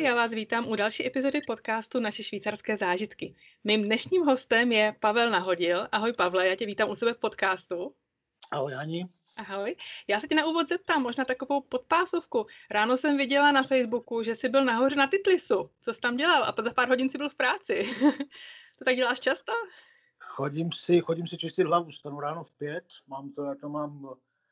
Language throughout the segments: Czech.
já vás vítám u další epizody podcastu Naše švýcarské zážitky. Mým dnešním hostem je Pavel Nahodil. Ahoj Pavle, já tě vítám u sebe v podcastu. Ahoj Ani. Ahoj. Já se tě na úvod zeptám, možná takovou podpásovku. Ráno jsem viděla na Facebooku, že jsi byl nahoře na Titlisu. Co jsi tam dělal? A za pár hodin jsi byl v práci. To tak děláš často? Chodím si čistit hlavu, stanu ráno v 5, já to mám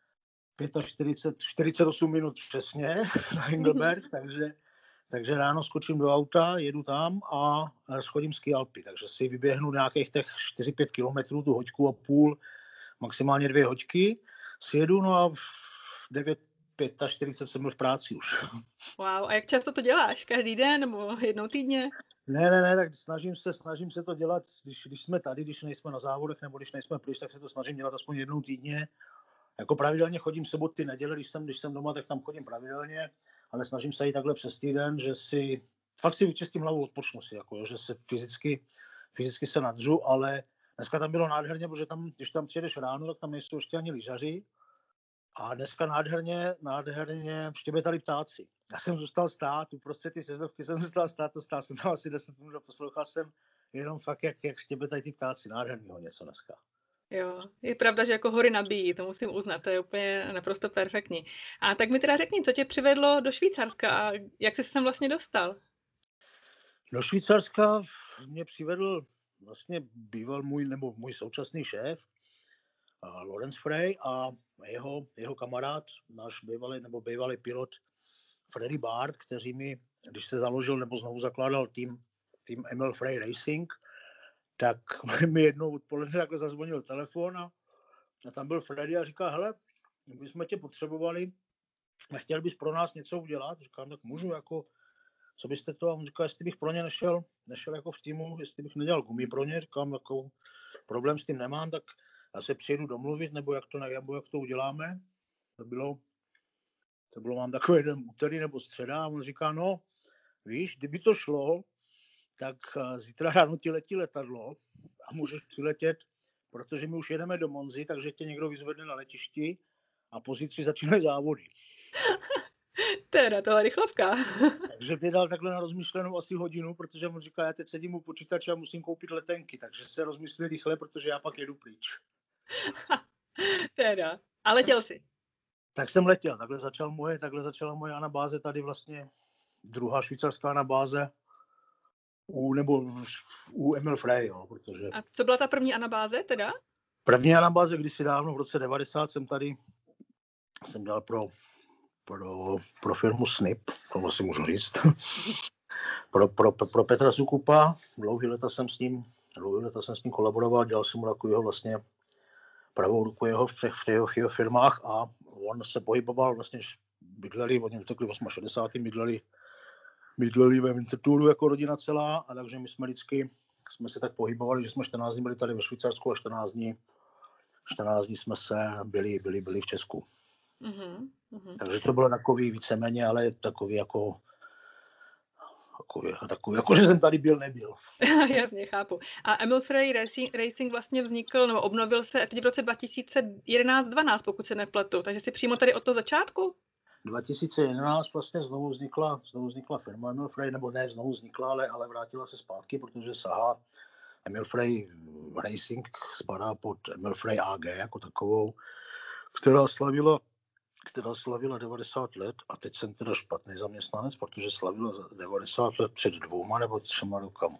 48 minut přesně na Engelberg, takže ráno skočím do auta, jedu tam a schodím ski Alpy, takže si vyběhnu nějakých těch 4-5 kilometrů, tu hoďku a půl, maximálně 2 hoďky, sjedu, no a v 9:45 jsem byl v práci už. Wow, a jak často to děláš? Každý den nebo jednou týdně? Ne, tak snažím se to dělat, když jsme tady, když nejsme na závodech nebo když nejsme pryč, tak se to snažím dělat aspoň jednou týdně. Jako pravidelně chodím soboty, neděle, když jsem doma, tak tam chodím pravidelně, ale snažím se i takhle přes týden, že si fakt si vyčistím hlavu, odpočnu si, jako, že se fyzicky se nadřu, ale dneska tam bylo nádherně, protože tam, když tam přijedeš ráno, tak tam nejsou ještě ani lyžaři. A dneska nádherně štěbetali ptáci. Já jsem zůstal stát, uprostřed ty sezovky jsem zůstal stát jsem tam asi 10 minut a poslouchal jsem jenom fakt, jak štěbetají ty ptáci. Nádhernýho něco dneska. Jo, je pravda, že jako hory nabíjí, to musím uznat, to je úplně naprosto perfektní. A tak mi teda řekni, co tě přivedlo do Švýcarska a jak jsi se sem vlastně dostal? Do Švýcarska mě přivedl vlastně můj současný šéf, Lorenz Frey a jeho kamarád, náš bývalý pilot Freddy Bart, který mi, když se založil nebo znovu zakládal tým Emil Frey Racing, tak mi jednou odpoledne takhle zazvonil telefon a tam byl Freddy a říká, hele, my jsme tě potřebovali, nechtěl bys pro nás něco udělat? Říkám, tak můžu, jako, co byste to? A on říká, jestli bych pro ně nešel jako v týmu, jestli bych nedělal gumy pro ně, říkám, jako problém s tím nemám, tak já se přijedu domluvit, nebo jak to uděláme. To bylo mám takový jeden úterý nebo středa a on říká, no, víš, kdyby to šlo, tak zítra ráno ti letí letadlo a můžeš přiletět, protože my už jedeme do Monzy, takže tě někdo vyzvedne na letišti a pozítří začínají závody. Teda, tohle rychlovka. Takže mě dal takhle na rozmyšlenou asi hodinu, protože on říká, já teď sedím u počítače a musím koupit letenky, takže se rozmyslí rychle, protože já pak jedu pryč. Teda, a letěl jsi? Tak jsem letěl, takhle začala moje anabáze tady vlastně, druhá švýcarská anabáze u Emil Frey, jo, protože... A co byla ta první anabáze teda? První anabáze kdysi dávno, v roce 90 jsem dělal pro firmu SNIP, to vlastně můžu říct, pro Petra Sukupa, dlouhý leta jsem s ním kolaboroval, dělal jsem mu takového vlastně pravou ruku v jeho firmách a on se pohyboval vlastně, oni utekli v 68. bydleli ve Winterthuru jako rodina celá a takže my jsme se tak pohybovali, že jsme 14 dní byli tady ve Švýcarsku a 14 dní jsme se byli v Česku. Mm-hmm. Takže to bylo takový víceméně, ale takový jako, že jsem tady nebyl. Jasně, chápu. A Emil Frey Racing vlastně vznikl, nebo obnovil se teď v roce 2011-12, pokud se nepletu. Takže si přímo tady od toho začátku? 2011 vlastně znovu vznikla firma Emil Frey, nebo ne znovu vznikla, ale vrátila se zpátky, protože sahá Emil Frey Racing spadá pod Emil Frey AG jako takovou, která slavila 90 let a teď jsem teda špatný zaměstnanec, protože slavila 90 let před 2 nebo 3 rokama.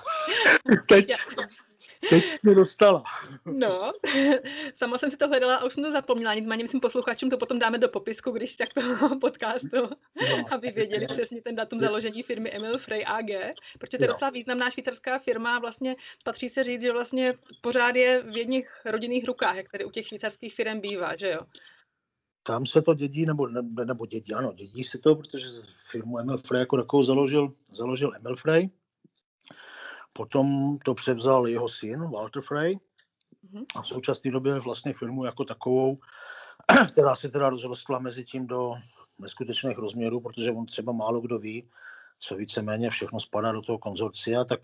Teď jsi mě dostala. No, sama jsem si to hledala a už jsem to zapomněla, nicméně myslím posluchačům to potom dáme do popisku, když tak toho podcastu, aby věděli přesně ten datum založení firmy Emil Frey AG, protože to je docela významná švýcarská firma, vlastně patří se říct, že vlastně pořád je v jedných rodinných rukách, jak tady u těch švýcarských firm bývá, že jo? Tam se to dědí, dědí se to, protože firmu Emil Frey jako takovou založil Emil Frey. Potom to převzal jeho syn Walter Frey a v současné době vlastně firmu jako takovou, která se teda rozrostla mezi tím do neskutečných rozměrů, protože on třeba málo kdo ví, co víceméně všechno spadá do toho konzorcia, tak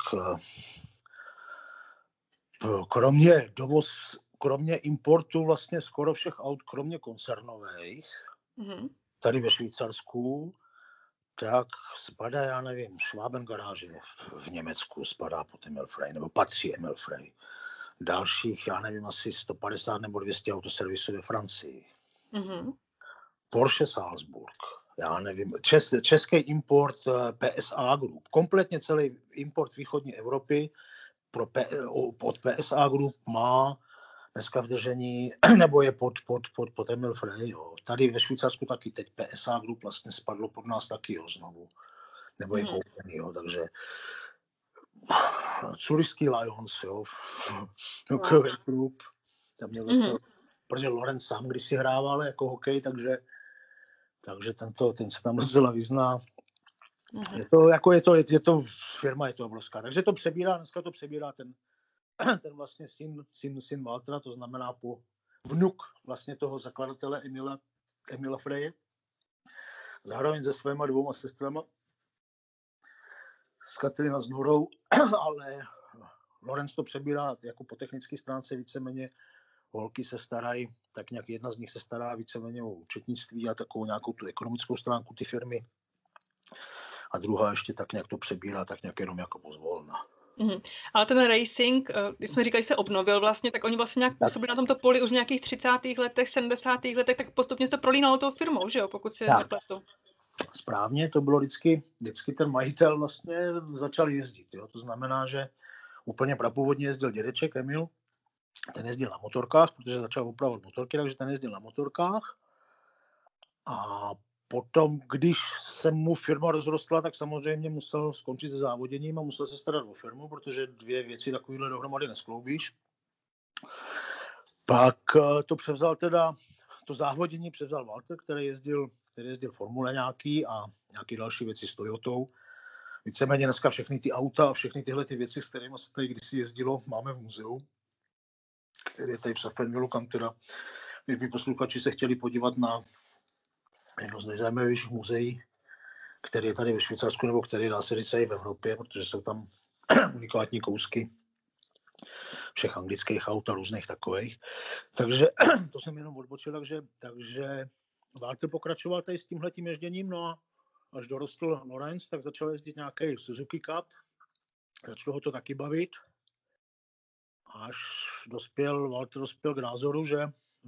kromě importu vlastně skoro všech aut, kromě koncernových, tady ve Švýcarsku, tak spadá, já nevím, Schwaben Garage v Německu spadá pod Emil Frey, nebo patří Emil Frey. Dalších, já nevím, asi 150 nebo 200 autoservisů ve Francii. Mm-hmm. Porsche Salzburg, já nevím, český import PSA Group, kompletně celý import východní Evropy pod PSA Group má dneska v držení, nebo je pod Emil Frey. Jo. Tady ve Švýcarsku taky teď PSA Group vlastně spadlo pod nás taky, jo, znovu. Nebo je koupený, jo, takže Zurichský Lions, jo, Group, tam měl vlastně, protože Lorenz sám když si hrával jako hokej, takže ten se tam docela vyzná. Je to firma, je to obrovská. Takže dneska to přebírá ten vlastně syn Waltera, to znamená vnuk vlastně toho zakladatele Emila Freje. Zároveň se svýma 2 sestrama, s Katrinou s Norou, ale Lorenz to přebírá jako po technické stránce víceméně. Holky se starají, tak nějak jedna z nich se stará víceméně o účetnictví a takovou nějakou tu ekonomickou stránku ty firmy. A druhá ještě tak nějak to přebírá, tak nějak jenom jako pozvolna. Ale ten racing, když jsme říkali, se obnovil vlastně, tak oni vlastně nějak působili na tomto poli už v nějakých 30. letech, 70. letech, tak postupně se to prolínalo tou firmou, že jo, pokud si nepletu. Správně, to bylo vždycky ten majitel vlastně začal jezdit, jo. To znamená, že úplně prapůvodně jezdil dědeček Emil, ten jezdil na motorkách, protože začal opravovat motorky, takže ten jezdil na motorkách. A potom, když se mu firma rozrostla, tak samozřejmě musel skončit se závoděním a musel se starat o firmu, protože 2 věci takovýhle dohromady neskloubíš. Pak to převzal to závodění převzal Walter, který jezdil formule nějaký a nějaké další věci s Toyotou. Víceméně dneska všechny ty auta a všechny tyhle ty věci, s kterými se tady kdysi jezdilo, máme v muzeu, který je tady v Safenvilu, kam teda, když by posluchači se chtěli podívat na jedno z nejzajímavějších muzeí, který je tady ve Švýcarsku, nebo který dá se říct i v Evropě, protože jsou tam unikátní kousky všech anglických aut a různých takových. Takže to jsem jenom odbočil, takže Walter pokračoval tady s tímhletím ježděním, no a až dorostl Lorenz, tak začal jezdit nějaký Suzuki Cup. Začalo ho to taky bavit. Až Walter dospěl k názoru, že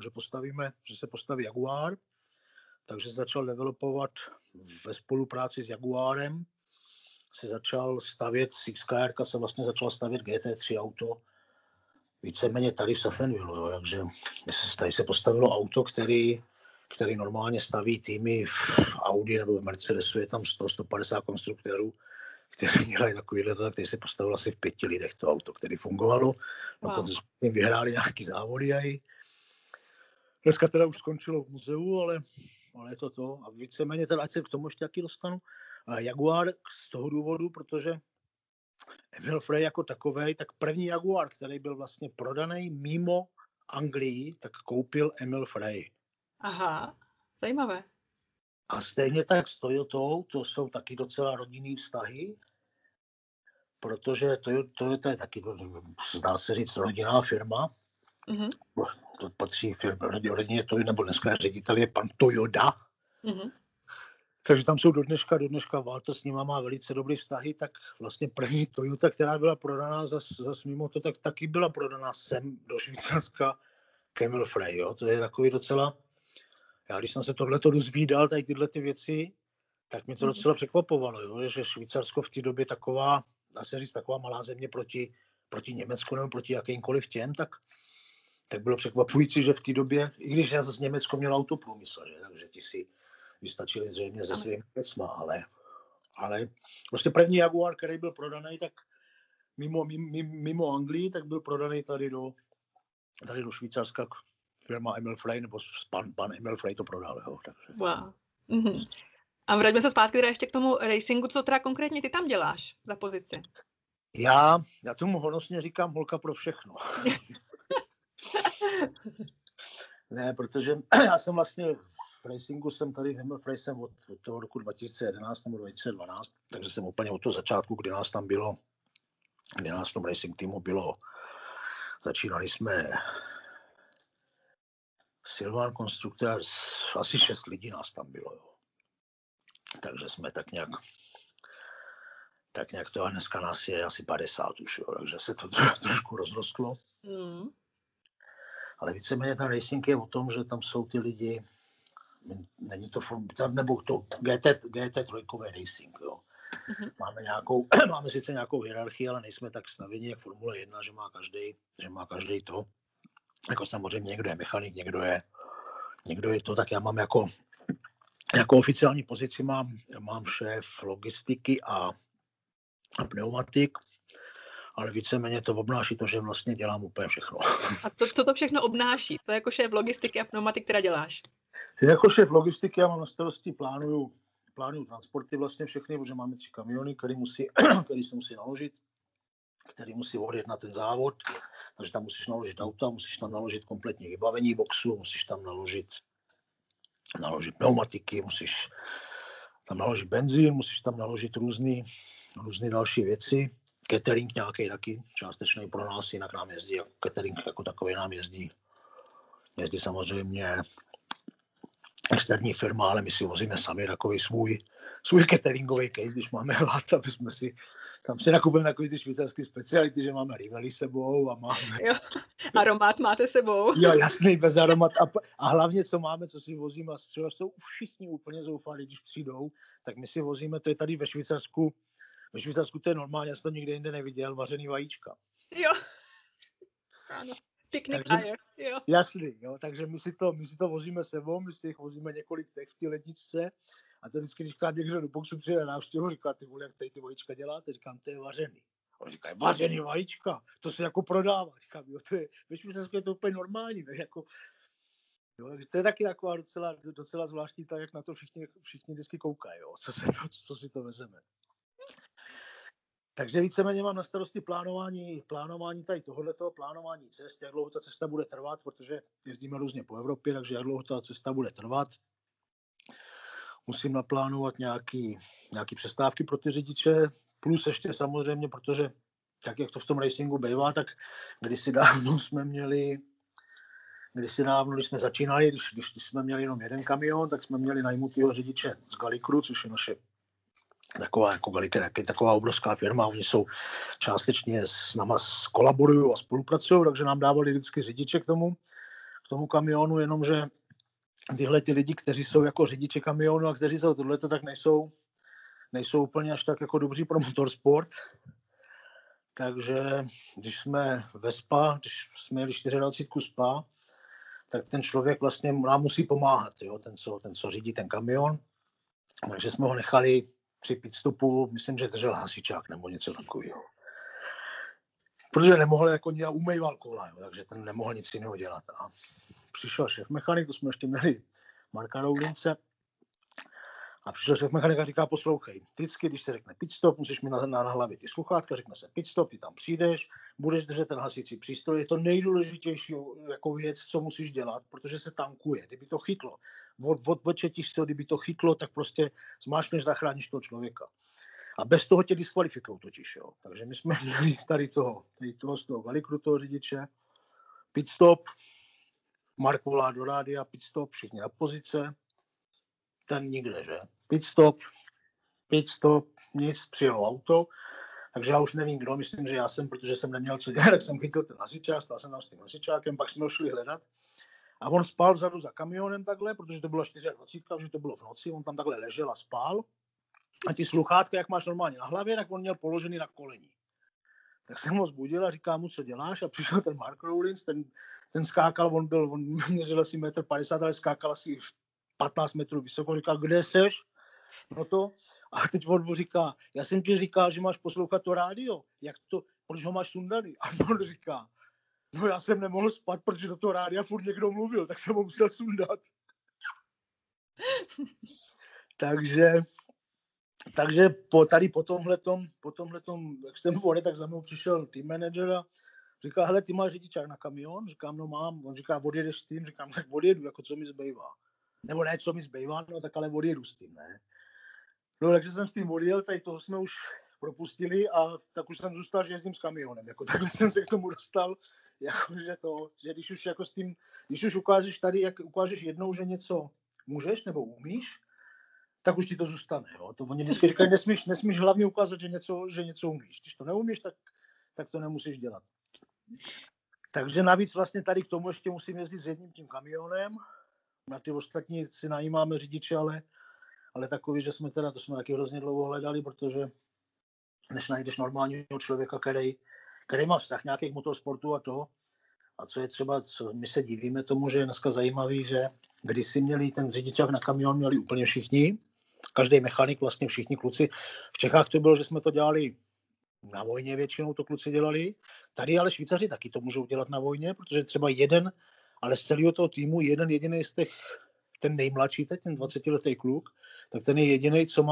se postaví Jaguar. Takže se začal developovat ve spolupráci s Jaguarem. Se začal stavět, XKR se vlastně začal stavět GT3 auto. Víceméně tady v Safenvilu, jo. Takže tady se postavilo auto, který normálně staví týmy v Audi nebo v Mercedesu, je tam 100-150 konstruktérů, kteří dělají takovýhle, který se postavil asi v 5 lidech to auto, který fungovalo. Wow. Vyhráli nějaký závody a dneska teda už skončilo v muzeu, ale je to. A víceméně teda, ať se k tomu ještě taky dostanu. Jaguar z toho důvodu, protože Emil Frey jako takovej, tak první Jaguar, který byl vlastně prodaný mimo Anglii, tak koupil Emil Frey. Aha, zajímavé. A stejně tak s Toyotou, to jsou taky docela rodinný vztahy, protože Toyota je taky, zdá se říct, rodinná firma. Mm-hmm. To patří rodině Toyota, nebo dneska ředitel je pan Toyoda. Mm-hmm. Takže tam jsou do dneška Walter s nima má velice dobrý vztahy, tak vlastně první Toyota, která byla prodaná zas mimo to, tak taky byla prodaná sem do Švýcarska Emil Frey, jo. To je takový docela, já když jsem se tohleto dozvídal, tady tyhle ty věci, tak mě to docela překvapovalo, jo, že Švýcarsko v té době taková, dá se říct, taková malá země proti Německu nebo proti jakýmkoliv těm, tak bylo překvapující, že v té době, i když já z Německo měl autoprůmysl, že, takže ti si vystačili zřejmě se svými věcma, ale prostě první Jaguar, který byl prodaný, tak mimo Anglii, tak byl prodaný tady do Švýcarska firma Emil Frey, nebo pan Emil Frey to prodal. Jo, takže. Wow. Mm-hmm. A vraťme se zpátky teda ještě k tomu racingu, co teda konkrétně ty tam děláš za pozici? Já tomu honosně říkám holka pro všechno. Ne, protože já jsem vlastně v racingu jsem tady v Emil Frey jsem od toho roku 2011 nebo 2012, takže jsem úplně od toho začátku, kdy nás tam v tom racing týmu bylo, začínali jsme Silvan Constructors, asi 6 lidí nás tam bylo. Jo. Takže jsme tak nějak to, a dneska nás je asi 50 už, jo, takže se to trošku rozrostlo. Ale víceméně ten racing je o tom, že tam jsou ty lidi, není to, nebo to GT3 racing, jo. Máme sice nějakou hierarchii, ale nejsme tak stavěni jak Formule 1, že má každý to. Jako samozřejmě někdo je mechanik, někdo je to, tak já mám jako oficiální pozici mám šéf logistiky a pneumatik, ale víceméně to obnáší to, že vlastně dělám úplně všechno. A co to všechno obnáší? Co jako šéf logistiky a pneumatik teda děláš? Jako šéf logistiky já mám na starosti, plánuju transporty vlastně všechny, protože máme 3 kamiony, který se musí naložit, který musí odjet na ten závod, takže tam musíš naložit auta, musíš tam naložit kompletní vybavení boxu, musíš tam naložit pneumatiky, musíš tam naložit benzín, musíš tam naložit různý další věci. Catering nějaký taky, částečný pro nás, jinak nám jezdí, jako catering jako takový nám jezdí samozřejmě externí firma, ale my si vozíme sami takový svůj cateringový case, když máme hlad, aby jsme si tam si nakupujeme takový ty švýcarský speciality, že máme Riveli sebou a máme... Jo, aromat máte sebou. Jo, jasný, bez aromat. A hlavně, co máme, co si vozíme, a třeba jsou všichni úplně zoufalí, když přijdou, tak my si vozíme, to je tady ve Švýcarsku to je normálně, já jsem to nikde jinde neviděl, vařený vajíčka. Jo, ano. Picnic fire, jo. Jasný, jo, takže my si to vozíme sebou, my si jich vozíme několik v té ledničce a to vždycky, když k nám někdo do boxu přijde na návštěvu, říká, ty vole, jak tady ty vajíčka děláte, říkám, to je vařený. On říká, vařený vajíčka, to se jako prodává. Říkám, jo, to je, ve Švýcarsku je to úplně normální, ne, jako, jo, to je taky taková docela zvláštní, tak jak na to všichni vždycky koukají, jo, co si to vezeme. Takže víceméně mám na starosti plánování tady tohoto, plánování cest, jak dlouho ta cesta bude trvat, protože jezdíme různě po Evropě, takže jak dlouho ta cesta bude trvat. Musím naplánovat nějaký přestávky pro ty řidiče, plus ještě samozřejmě, protože tak, jak to v tom racingu bývá, tak kdysi dávno, když jsme začínali, když jsme měli jenom jeden kamion, tak jsme měli najmutýho řidiče z Galikru, což je naše taková jako Galiker, taková obrovská firma, oni jsou částečně s náma kolaborují a spolupracují, takže nám dávali vždycky řidiče k tomu kamionu, jenomže tyhle ty lidi, kteří jsou jako řidiče kamionu a kteří jsou tohleto, tak nejsou úplně až tak jako dobří pro motorsport. Takže když jsme ve Spa, když jsme jeli 24 Spa, tak ten člověk vlastně nám musí pomáhat, jo, ten, co řídí ten kamion. Takže jsme ho nechali při pitstopu, myslím, že držel hasičák nebo něco takového. Protože nemohl, jako umýval kola, jo, takže ten nemohl nic jiného dělat. A přišel šéf mechanik, to jsme ještě měli Marka Roulince, a přišel šéf mechanik a říká, poslouchej, vždycky, když se řekne pitstop, musíš mi na hlavě ty sluchátka, řekne se pitstop, ty tam přijdeš, budeš držet ten hasicí přístroj, je to nejdůležitější jako věc, co musíš dělat, protože se tankuje, kdyby to chytlo. Odčetíš se, kdyby to chytlo, tak prostě zmáčkneš, zachráníš toho člověka. A bez toho tě diskvalifikují totiž, jo. Takže my jsme měli tady toho z toho Galikru, toho řidiče, pitstop, Mark volá do rádia, pitstop, všichni na pozice, ten nikde, že? Pitstop, nic, přijelo auto, takže já už nevím kdo, myslím, že já jsem, protože jsem neměl co dělat, tak jsem chytil ten hasičák, stál jsem tam s tím hasičákem, pak jsme ho šli hledat a on spal vzadu za kamionem takhle, protože to bylo 24, že to bylo v noci, on tam takhle ležel a spal a ty sluchátka, jak máš normálně na hlavě, tak on měl položený na koleni. Tak jsem ho zbudil a říkám mu, co děláš, a přišel ten Mark Rollins, ten skákal, on měřil asi 1,50 m, ale skákal asi 15 metrů vysoko, říkal, kde seš? No to, a teď on říká, já jsem ti říkal, že máš poslouchat to rádio, proč ho máš sundaný? A on říká, no já jsem nemohl spát, protože do toho rádia furt někdo mluvil, tak jsem ho musel sundat. Takže po tomhletom extempore, tak za mnou přišel team manager a říká, hele, ty máš řidičák na kamion? Říkám, no mám. On říká, odjedeš s tím? Říkám, tak odjedu, jako co mi zbývá. Nebo ne, co mi zbývá, no tak ale odjedu s tím, ne. No takže jsem s tím odjel, tady toho jsme už propustili a tak už jsem zůstal, že jezdím s kamionem. Jako takhle jsem se k tomu dostal, jako, že když už jako s tím, když už ukážeš tady, jak ukážeš jednou, že něco můžeš nebo umíš, tak už ti to zůstane. Jo. To oni vždycky říkají, nesmíš hlavně ukázat, že něco umíš. Když to neumíš, tak to nemusíš dělat. Takže navíc vlastně tady k tomu ještě musím jezdit s jedním tím kamionem. Na ty ostatní si najímáme řidiče, ale takový, že to jsme taky hrozně dlouho hledali, protože než najdeš normálního člověka, který má vztah nějaký k motorsportu a toho. A co je třeba, co my se divíme tomu, že je dneska zajímavý, že kdysi měli ten řidičák na kamion, měli úplně všichni, každý mechanik, vlastně všichni kluci. V Čechách to bylo, že jsme to dělali na vojně, většinou to kluci dělali. Tady ale Švýcaři taky to můžou dělat na vojně, protože třeba ale z celého toho týmu jeden jediný z těch, ten nejmladší, ten 20letý kluk, tak ten je jediný, co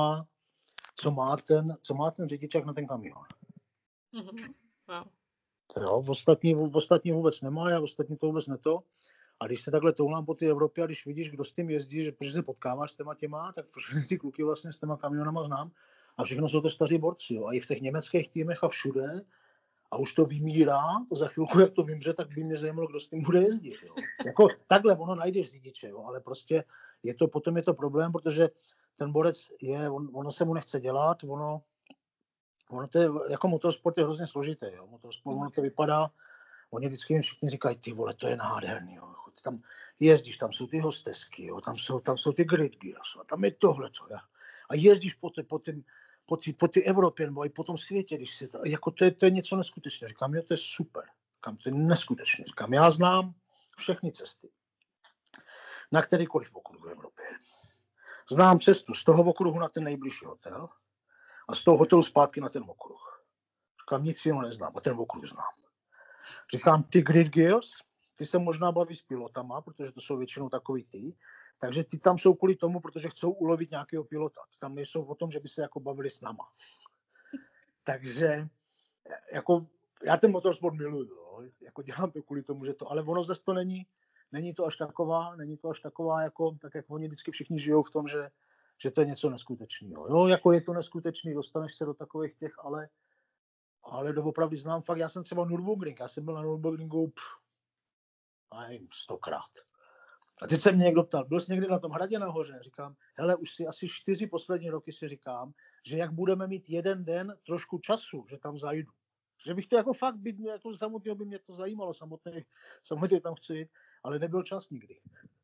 má ten řidičák na ten kamion. Mm-hmm. Wow. Jo, ostatní vůbec nemá, a ostatní to vůbec neto. A když se takhle toulám po té Evropě a když vidíš, kdo s tím jezdí, že protože se potkáváš s těma, tak všechny ty kluky vlastně s těma kamionama znám. A všechno jsou to staří borci. Jo. A i v těch německých týmech a všude. A už to vymírá. Za chvilku, jak to vymře, tak by mě zajímalo, kdo s tím bude jezdit. Jo. Jako takhle, ono najdeš řidiče, jo, ale prostě potom je to problém, protože ten borec ono se mu nechce dělat, ono to je, jako motorsport je hrozně složitý. Jo. Motorsport, ono to vypadá, oni vždycky všichni říkají, ty vole, to je nádherný, jo. Ty tam jezdíš, tam jsou ty hostesky, jo. Tam jsou ty grid gears, a tam je tohleto. Jo. A jezdíš po ty Evropě, nebo i po tom světě, když si jako to je něco neskutečného. Říkám, jo, to je super. Říkám, to je neskutečné. Říkám, já znám všechny cesty. Na kterýkoliv okruh v Evropě. Znám cestu z toho okruhu na ten nejbližší hotel a z toho hotelu zpátky na ten okruh. Říkám, nic jiného neznám, a ten okruh znám. Říkám, ty grid gears, ty se možná baví s pilotama, protože to jsou většinou takový ty, takže ty tam jsou kvůli tomu, protože chcou ulovit nějakého pilota. Ty tam nejsou o tom, že by se jako bavili s náma. Takže jako, já ten motorsport miluju, jo. Jako dělám to kvůli tomu, že to, ale ono zase to není to až taková, jako, tak jak oni vždycky všichni žijou v tom, že to je něco neskutečného. Jo, jako je to neskutečný, dostaneš se do takových těch, ale doopravdy znám fakt, já jsem třeba Nürburgring, já jsem byl na Nürburgringu, nevím, 100krát. A teď se mě někdo ptal, byl jsi někdy na tom hradě nahoře? Říkám, hele, už si asi 4 poslední roky si říkám, že jak budeme mít jeden den trošku času, že tam zajdu. Že bych to jako fakt být, jako samotného by mě to zajímalo, samotně tam chci jít, ale nebyl čas nikdy.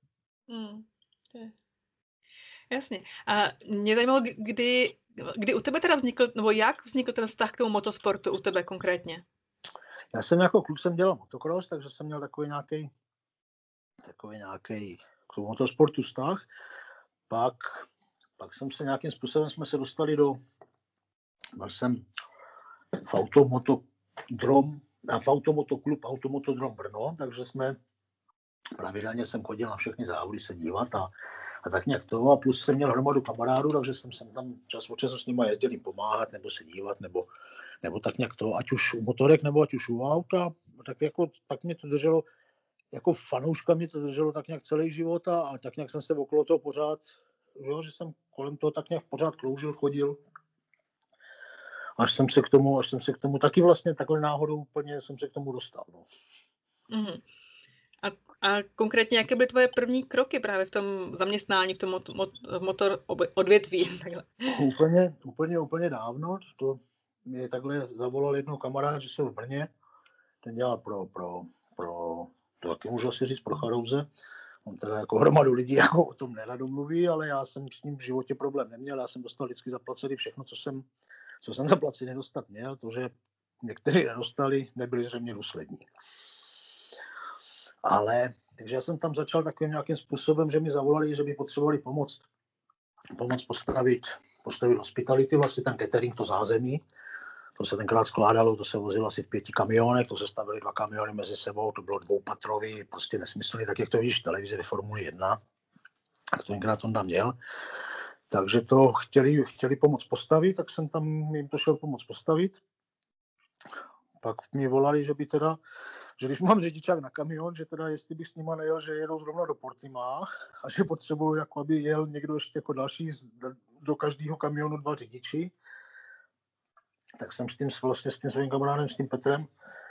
Jasně. A mě zajímalo, kdy u tebe teda vznikl, nebo jak vznikl ten vztah k tomu motosportu u tebe konkrétně? Já jsem jako kluk dělal motocross, takže jsem měl takový nějaký k tomu motosportu vztah. Pak jsem se nějakým způsobem jsme se dostali byl jsem v Automotoklubu Automotodrom Brno, takže pravidelně jsem chodil na všechny závody se dívat a tak nějak to. A plus jsem měl hromadu kamarádů, takže jsem tam čas od času s nimi jezdil jim pomáhat, nebo se dívat, nebo tak nějak to, ať už u motorek, nebo ať už u auta. Tak mě to drželo, jako fanouška mě to drželo tak nějak celý život a tak nějak jsem se okolo toho pořád, jo, že jsem kolem toho tak nějak pořád kloužil, chodil. Až jsem se k tomu taky vlastně takhle náhodou úplně jsem se k tomu dostal. No. Mm-hmm. A konkrétně, jaké byly tvoje první kroky právě v tom zaměstnání, v tom motor odvětví? Úplně dávno. To mě takhle zavolal jednou kamarád, že jsem v Brně. Ten dělal to taky můžu asi říct, pro Charouze. On teda jako hromadu lidí jako o tom nerado mluví, ale já jsem s ním v životě problém neměl. Já jsem dostal vždycky zaplacený všechno, co jsem zaplacený dostat měl. To, že někteří nedostali, nebyli zřejmě důslední. Takže já jsem tam začal takovým nějakým způsobem, že mi zavolali, že by potřebovali pomoct postavit hospitality, vlastně ten catering, to zázemí. To se tenkrát skládalo, to se vozilo asi v 5 kamionech, to se stavily 2 kamiony mezi sebou, to bylo dvoupatrový, prostě nesmyslný, tak jak to víš v televizi ve Formuli 1, tak to tenkrát Honda měl. Takže to chtěli pomoct postavit, tak jsem tam jim to šel pomoct postavit. Pak mi volali, že když mám řidičák na kamion, že teda jestli bych s nima nejel, že jedou zrovna do Portima a že potřebuju, jako aby jel někdo ještě jako další do každého kamionu 2 řidiči. Tak jsem s tím svým kamarádem, s tím Petrem,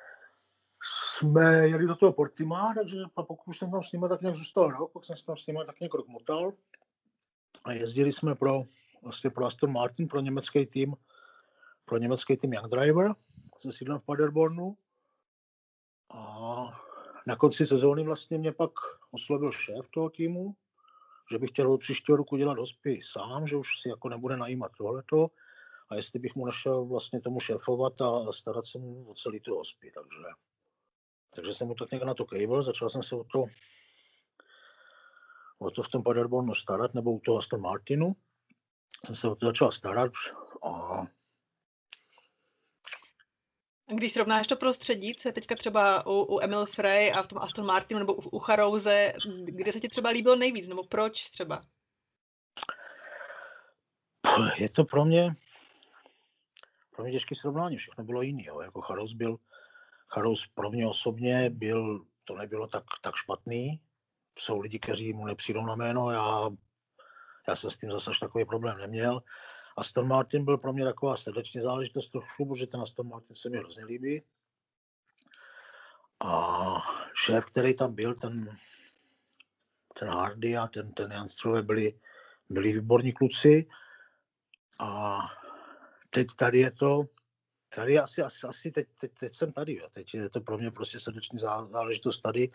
jsme jeli do toho Portima, takže pokud jsem tam s nima tak nějak zůstal rok, pak jsem tam s nima tak nějak rok motal. a jezdili jsme pro Aston Martin, pro německý tým Young Driver se sídlem v Paderbornu. A na konci sezóny vlastně mě pak oslovil šéf toho týmu, že bych chtěl od příštího roku dělat hospy sám, že už si jako nebude najímat tohleto a jestli bych mu nešel vlastně tomu šéfovat a starat se mu o celý tu hospy. Takže jsem mu tak nějak na to kejvil, začal jsem se o to v tom Paderbornu starat, nebo u toho Aston Martinu. Jsem se o to začal starat a když srovnáš to prostředí, co je teďka třeba u Emil Frey a v tom Aston Martinu nebo u Charouze, kde se ti třeba líbilo nejvíc, nebo proč třeba? Je to pro mě těžké srovnání, všechno bylo jiný. Jo. Jako Charouz pro mě osobně to nebylo tak špatný. Jsou lidi, kteří mu nepřijdou na jméno, já jsem s tím zase až takový problém neměl. Aston Martin byl pro mě taková srdeční záležitost trochu, protože ten Aston Martin se mi hrozně líbí. A šéf, který tam byl, ten Hardy a ten Jan Strové byli výborní kluci. A teď tady je to, tady asi teď jsem tady. Jo. Teď je to pro mě prostě srdeční záležitost tady.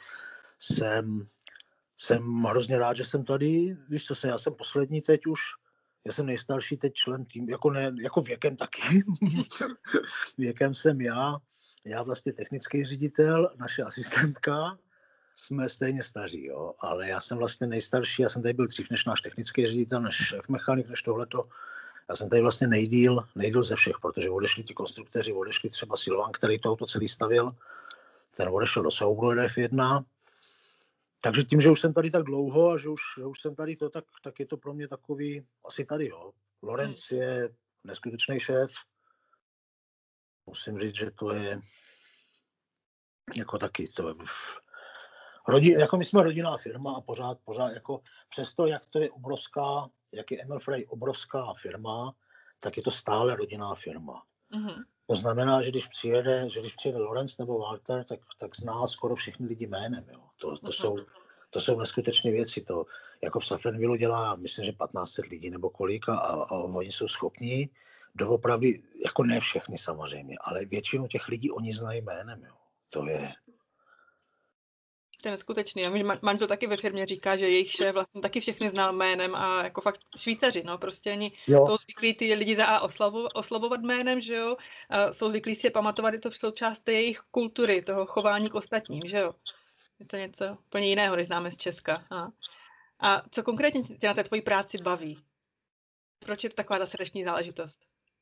Jsem hrozně rád, že jsem tady. Víš co, já jsem poslední teď už. Já jsem nejstarší teď člen týmu, jako věkem taky. Věkem jsem já vlastně technický ředitel, naše asistentka, jsme stejně staří, jo. Ale já jsem vlastně nejstarší, já jsem tady byl dřív než náš technický ředitel, než šéf mechanik, než tohleto. Já jsem tady vlastně nejdýl ze všech, protože odešli ti konstruktéři, odešli třeba Silvan, který to auto celý stavil, ten odešel do souboru F1. Takže tím, že už jsem tady tak dlouho a že už jsem tady tak je to pro mě takový, asi tady, jo. Lorenz je neskutečný šéf. Musím říct, že to je jako taky, jako my jsme rodinná firma a pořád jako přesto, jak to je jak je Emil Frey obrovská firma, tak je to stále rodinná firma. Mm-hmm. To znamená, že když přijede Lorenz nebo Walter, tak zná skoro všichni lidi jménem, jo. To jsou neskutečné věci. To jako v Safenwillu dělá, myslím, že 1500 lidí nebo kolik a oni jsou schopní doopravdy, jako ne všechny samozřejmě, ale většinu těch lidí oni znají jménem, jo. To je neskutečný. A manžel taky ve firmě říká, že jejich šéf vlastně taky všechny znal jménem a jako fakt Švýcaři, no, prostě oni jsou zvyklí ty lidi oslavovat jménem, že jo, a jsou zvyklí si je pamatovat, je to součást té jejich kultury, toho chování k ostatním, že jo. Je to něco úplně jiného, než známe z Česka. A co konkrétně tě na té tvojí práci baví? Proč je to taková ta srdeční záležitost?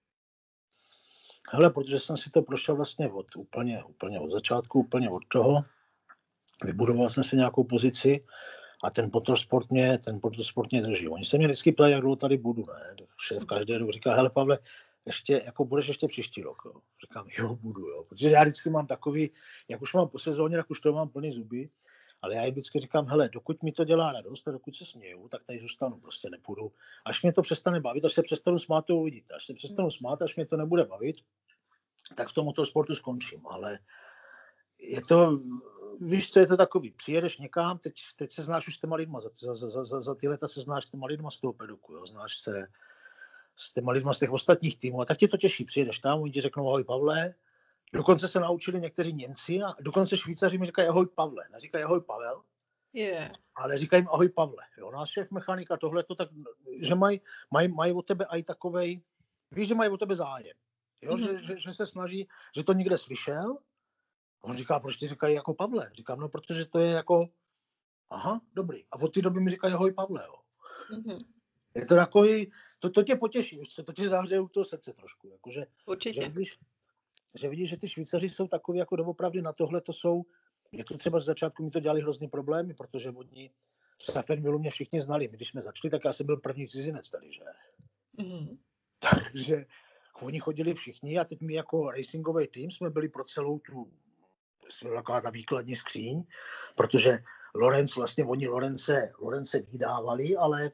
Hele, protože jsem si to prošel vlastně úplně od začátku, úplně od toho. Vybudoval jsem si nějakou pozici a ten motorsport mě drží. Oni se mě vždycky ptají, jak dlouho tady budu, ne? Šéf každý rok říká, hele Pavle, budeš ještě příští rok, jo? Říkám, jo, budu, jo. Protože já vždycky mám takový, jak už mám po sezóně, tak už to mám plný zuby, ale já jim vždycky říkám, hele, dokud mi to dělá radost a dokud se směju, tak tady zůstanu, prostě nepůjdu. Až mě to přestane bavit, až se přestanu smát, to uvidíte. Až se přestanu smát, až mě to nebude bavit, tak v tom motorsportu skončím, ale je to, víš co, je to takový, přijedeš někam, teď se znáš už s těma lidma, za ty leta se znáš s těma lidma z toho peduku, jo? Znáš se s těma lidma z těch ostatních týmů a tak tě to těší, přijedeš tam, oni ti řeknou ahoj Pavle, dokonce se naučili někteří Němci a dokonce Švýcaři mi říkají ahoj Pavle, neříkají ahoj Pavel, ale říkají jim ahoj Pavle, jo? Náš šéf mechanika tohleto, tak, že mají od tebe aj takovej, víš, že mají od tebe zájem, jo? Že se snaží, že to někde slyšel. On říká, proč ti říkají jako Pavle? Říkám, no, protože to je jako, aha, dobrý. A od té doby mi říkají ahoj Pavle, jo. Mm-hmm. Je to takový, to tě potěší, to tě zavře u toho srdce trošku. Jakože, že vidíš, že ty Švýcaři jsou takový jako doopravdy na tohle, to jsou, je to třeba z začátku mi to dělali hrozný problémy, protože oni v Safenwillu mě všichni znali. My, když jsme začali, tak já jsem byl první cizinec tady, že? Mm-hmm. Takže oni chodili všichni a teď my jako racingový tým jsme byli pro celou tu taková ta výkladní skříň, protože oni Lorence vydávali, ale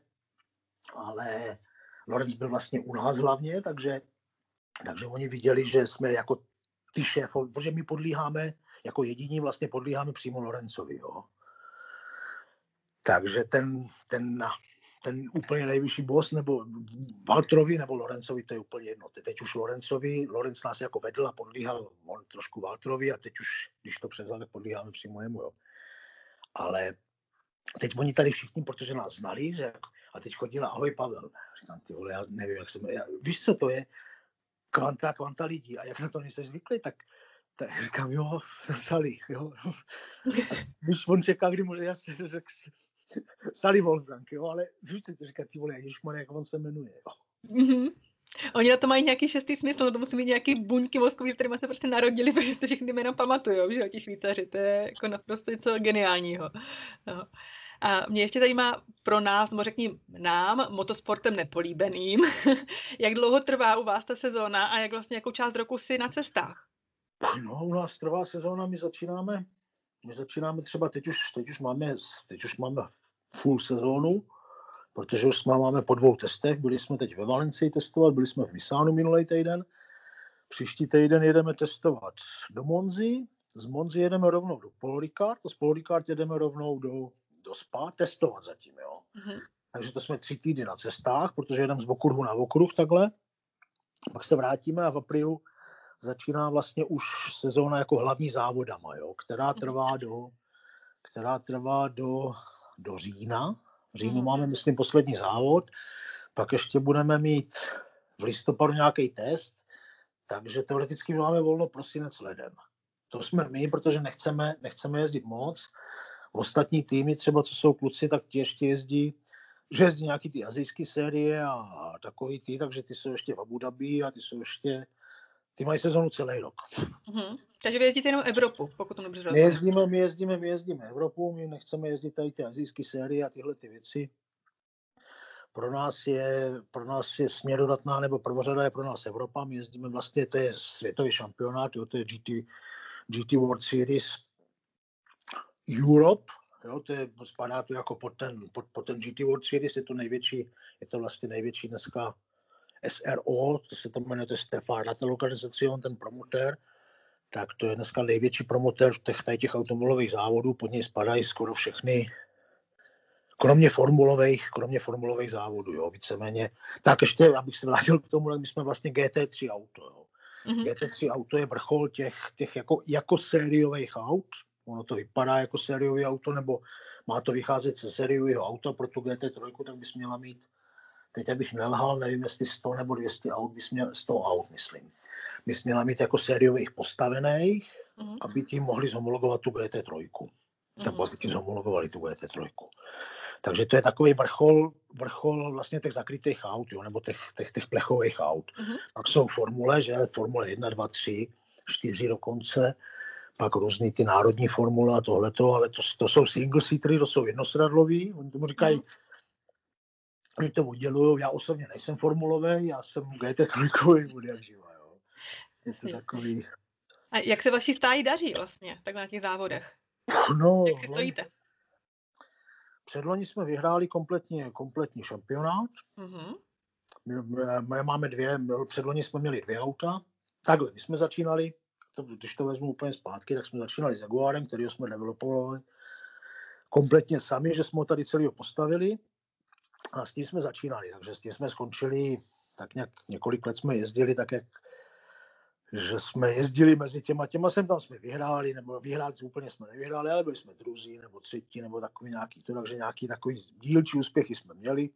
Lorenz byl vlastně u nás hlavně, takže oni viděli, že jsme jako ty šéfovi, protože my podlíháme, jako jediní vlastně podlíháme přímo Lorencovi, jo. Takže ten úplně nejvyšší boss, nebo Walterovi nebo Lorenzovi, to je úplně jedno. Teď už Lorenz nás jako vedl a podlíhal on trošku Walterovi a teď už, když to převzal, tak podlíháme přímo jemu, jo. Ale teď oni tady všichni, protože nás znali, a teď chodila, ahoj Pavel. Říkám, ty vole, já nevím, jak víš, co to je? Kvanta lidí a jak na to nejseš zvyklý, tak říkám, jo, Sally, jo. A když on čeká, kdy může, já si řekl, Sally Wolfgang, jo, ale víš, co to říká, ty vole, ježišmarja, jak on se jmenuje, jo. Mm-hmm. Oni na to mají nějaký šestý smysl, no to musí mít nějaký buňky mozkový, s kterými se prostě narodili, protože to všichni jméno pamatujou, že jo, ti Švýcaři, to je jako naprosto něco geniálního. No. A mě ještě zajímá pro nás, nebo řekni nám, motosportem nepolíbeným, jak dlouho trvá u vás ta sezóna a jak vlastně jakou část roku si na cestách? No, u nás trvá sezóna, my začínáme třeba, teď už máme full sezónu, protože už máme po 2 testech, byli jsme teď ve Valencii testovat, byli jsme v Misánu minulý týden, příští týden jedeme testovat do Monzy, z Monzy jedeme rovnou do Paul Ricard a z Paul Ricard jedeme rovnou do Spa testovat zatím, jo. Mm-hmm. Takže to jsme 3 týdny na cestách, protože jedeme z okruhu na okruh takhle, pak se vrátíme a v aprílu začíná vlastně už sezóna jako hlavní závodama, jo, která trvá do října. V říjnu máme, myslím, poslední závod, pak ještě budeme mít v listopadu nějaký test, takže teoreticky máme volno prosinec, leden. To jsme my, protože nechceme jezdit moc. Ostatní týmy, třeba co jsou kluci, tak ti ještě jezdí nějaký ty asijské série a takový ty, takže ty jsou ještě v Abu Dhabi a ty mají sezonu celý rok. Mm-hmm. Takže vy jezdíte jenom Evropu, pokud to dobře rozumím. My jezdíme Evropu, my nechceme jezdit tady ty asijské série a tyhle ty věci. Pro nás je směrodatná, nebo prvořada je pro nás Evropa. My jezdíme vlastně, to je světový šampionát, jo, to je GT World Series Europe, jo, spadá to jako pod ten GT World Series, je to vlastně největší dneska SRO, to se to jmenuje, to je Stefána Organizacion, ten promotér, tak to je dneska největší promotér těch automobilových závodů, pod něj spadají skoro všechny, kromě formulových závodů, jo, víceméně. Tak ještě, abych se vrátil k tomu, tak my jsme vlastně GT3 auto, jo. Mm-hmm. GT3 auto je vrchol těch jako sériových aut, ono to vypadá jako sériový auto, nebo má to vycházet ze sériového auta, pro tu GT3, tak bys měla mít, teď abych nelhal, nevím, jestli 100 nebo 200 aut, 100 aut, myslím. Bys měla mít jako sériových postavených, aby ti mohli zhomologovat tu GT3. Nebo aby ti zhomologovali tu GT3. Takže to je takový vrchol vlastně těch zakrytých aut, jo, nebo těch plechových aut. Pak jsou formule, že? Formule 1, 2, 3, 4 dokonce. Pak různý ty národní formule a tohleto, ale to jsou single-seatery, to jsou jednosedadlový. Oni tomu říkají, oni to oddělují. Já osobně nejsem formulový, já jsem GT3 od jak živa, jo. Je to takový... A jak se vaši stáji daří vlastně, tak na těch závodech? No, jak si stojíte? Předloni jsme vyhráli kompletní šampionát. My máme předloni jsme měli 2 auta. Takhle, my jsme začínali, když to vezmu úplně zpátky, tak jsme začínali s Jaguarem, kterýho jsme developovali kompletně sami, že jsme ho tady celýho postavili a s tím jsme začínali, takže s tím jsme skončili, tak nějak několik let jsme jezdili, tak jak že jsme jezdili mezi těma sem tam jsme vyhráli, nebo vyhráli úplně jsme nevyhráli, ale byli jsme druzí nebo třetí, nebo takový takže nějaký takový dílčí úspěchy jsme měli.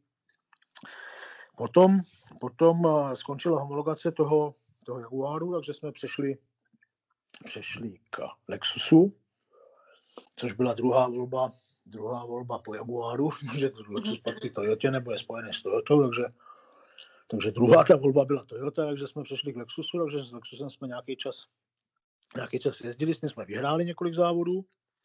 Potom skončila homologace toho Jaguaru, takže jsme přešli k Lexusu, což byla druhá volba po Jaguaru, že Lexus patří Toyotě nebo je spojený s Toyotou, takže druhá ta volba byla Toyota, takže jsme přešli k Lexusu, takže s Lexusem jsme nějaký čas jezdili, s ním jsme vyhráli několik závodů.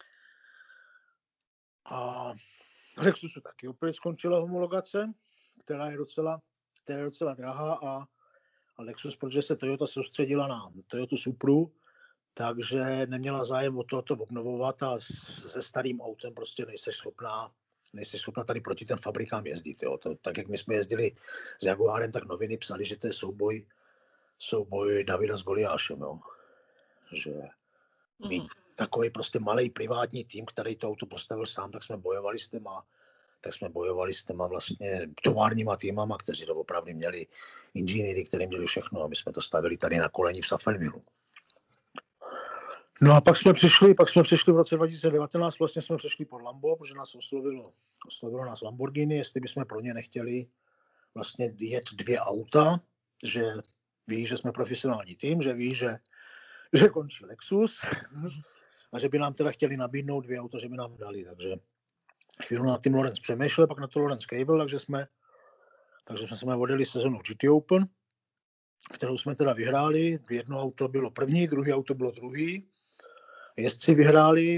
A Lexusu taky opět skončila homologace, která je docela drahá a Lexus, protože se Toyota soustředila na Toyota Supru, takže neměla zájem o to obnovovat a se starým autem prostě nejseš schopná tady proti ten fabrikám jezdit. Jo. Tak jak my jsme jezdili s Jaguarem, tak noviny psali, že to je souboj Davida s Goliášem. Jo. Že mít takový prostě malej privátní tým, který to auto postavil sám, tak jsme bojovali s těma tak jsme bojovali s těma vlastně továrníma týmama, kteří to opravdu měli inženýry, kteří měli všechno, aby jsme to stavili tady na koleni v Safenwillu. No a pak jsme přišli v roce 2019, vlastně jsme přišli pod Lambo, protože nás oslovilo nás Lamborghini, jestli bychom pro ně nechtěli vlastně jet 2 auta, že ví, že jsme profesionální tým, že ví, že končí Lexus a že by nám teda chtěli nabídnout 2 auta, že by nám dali, takže chvíli na tím Lorenz přemýšlel, pak na to Lorenz kejvil, takže jsme odjeli sezonu GT Open, kterou jsme teda vyhráli. Jedno auto bylo první, druhé auto bylo druhý. Jezdci vyhráli,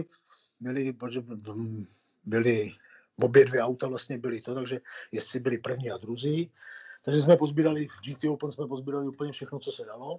byli obě 2 auta vlastně byly to, takže jezdci byli první a druzí. Takže jsme pozbírali v GT Open úplně všechno, co se dalo.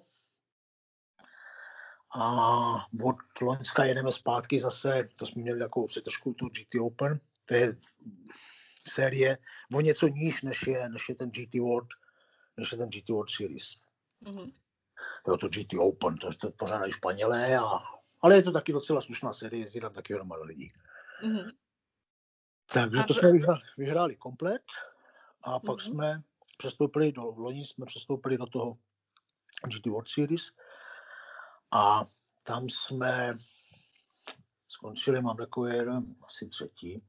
A od Loňska jedeme zpátky zase, to jsme měli takovou přetržku, tu GT Open. To je série o něco níž, než je ten GT World Series. Mm-hmm. Jo, to GT Open, to pořádají Španělé, ale je to taky docela slušná série, jezdí tam taky hromada lidí. Mm-hmm. Takže to jsme vyhráli komplet a pak jsme přestoupili do toho GT World Series a tam jsme skončili, mám takový asi 3.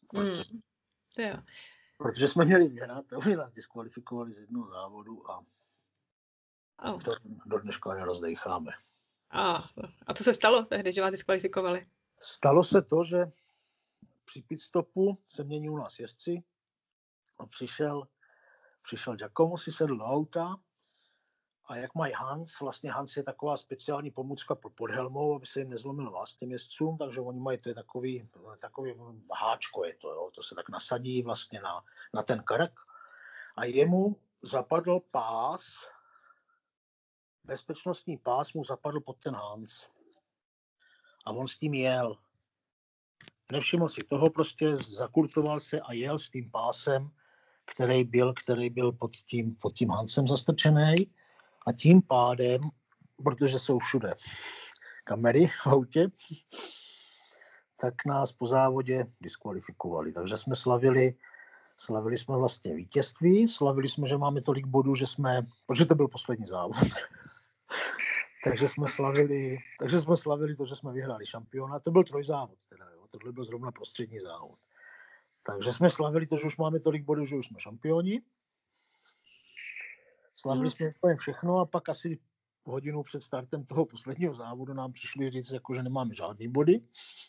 Protože jsme měli vyhrát a oni nás diskvalifikovali z jednoho závodu a to do dneška nerozdejcháme. A co se stalo tehdy, že vás diskvalifikovali? Stalo se to, že při pitstopu se mění u nás jezdci a přišel Giacomo, si sedl do auta a jak mají Hans, vlastně Hans je taková speciální pomůcka pod helmou, aby se jim nezlomil vás těm jezdcům, takže oni mají, to je takový háčko je to, jo, to se tak nasadí vlastně na ten krk a jemu zapadl pás, bezpečnostní pás mu zapadl pod ten Hans a on s tím jel. Nevšiml si toho, prostě zakurtoval se a jel s tím pásem, který byl pod tím Hansem zastrčený a tím pádem, protože jsou všude kamery v autě, tak nás po závodě diskvalifikovali. Takže jsme slavili jsme vlastně vítězství, slavili jsme, že máme tolik bodů, protože to byl poslední závod. Takže jsme slavili to, že jsme vyhráli šampionát. To byl trojzávod teda, jo. Tohle byl zrovna prostřední závod. Takže jsme slavili to, že už máme tolik bodů, že už jsme šampioni. Slavili jsme úplně všechno a pak asi hodinu před startem toho posledního závodu nám přišli říct, jako, že nemáme žádný body.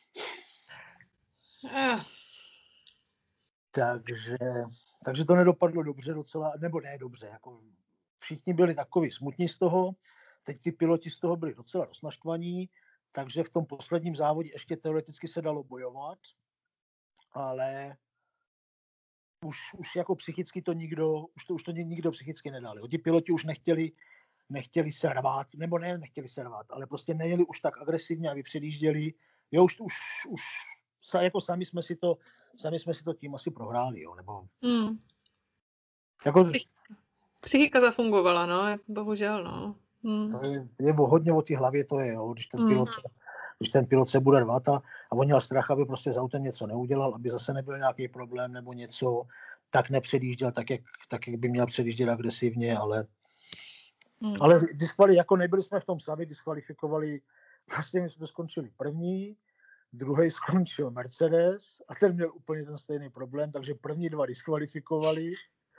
Takže to nedopadlo dobře docela, nebo ne dobře, jako všichni byli takový smutní z toho, teď ty piloti z toho byli docela roznaštvaní, takže v tom posledním závodě ještě teoreticky se dalo bojovat, ale už jako psychicky to nikdo psychicky nedali. Ti piloti už nechtěli se rvát, nebo nechtěli se rvát, ale prostě nejeli už tak agresivně, aby předjížděli. Jo, už jako sami jsme si to tím asi prohráli, jo, nebo... Jako... Psychika zafungovala, no, bohužel, no. To je hodně o té hlavě, to je, jo, když ten pilot se bude rvat a on měl strach, aby prostě s autem něco neudělal, aby zase nebyl nějaký problém nebo něco, tak nepředjížděl tak, jak by měl předjíždět agresivně, ale jako nebyli jsme v tom sami, diskvalifikovali, vlastně my jsme skončili první, druhý skončil Mercedes a ten měl úplně ten stejný problém, takže první 2 diskvalifikovali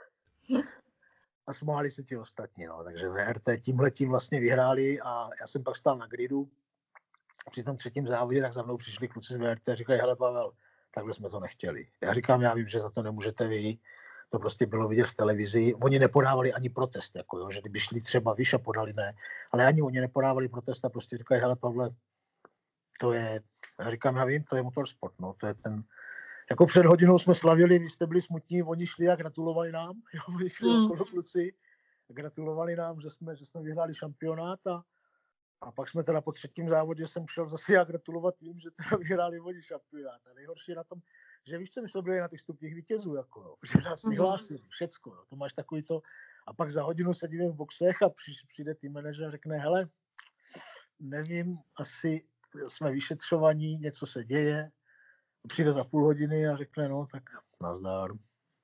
a smáli se ti ostatní, no. Takže VRT tímhletím vlastně vyhráli a já jsem pak stál na gridu při tom 3. závodě, tak za mnou přišli kluci z VRT a říkají, hele Pavel, takhle jsme to nechtěli. Já říkám, já vím, že za to nemůžete vy, to prostě bylo vidět v televizi. Oni nepodávali ani protest, jako jo, že kdyby šli třeba vyš a podali ne, ale ani oni nepodávali protest a prostě říkají, hele Pavle, to je, já říkám, já vím, to je motorsport, no, to je ten, jako před hodinou jsme slavili, vy jste byli smutní, oni šli a gratulovali nám, jo, oni šli okolo kluci, gratulovali nám, že jsme vyhráli šampionát a pak jsme teda po 3. závodě jsem šel zase já gratulovat tím, že teda vyhráli oni šampionát. A nejhorší je na tom, že víš, co my jsme byli na těch stupních vítězů, jako, že nás vyhlásili všecko, jo, to máš takový to. A pak za hodinu sedíme v boxech a přijde tým manažer a řekne, hele, nevím, asi jsme vyšetřovaní, něco se děje, přijde za půl hodiny a řekne, no tak nazdar.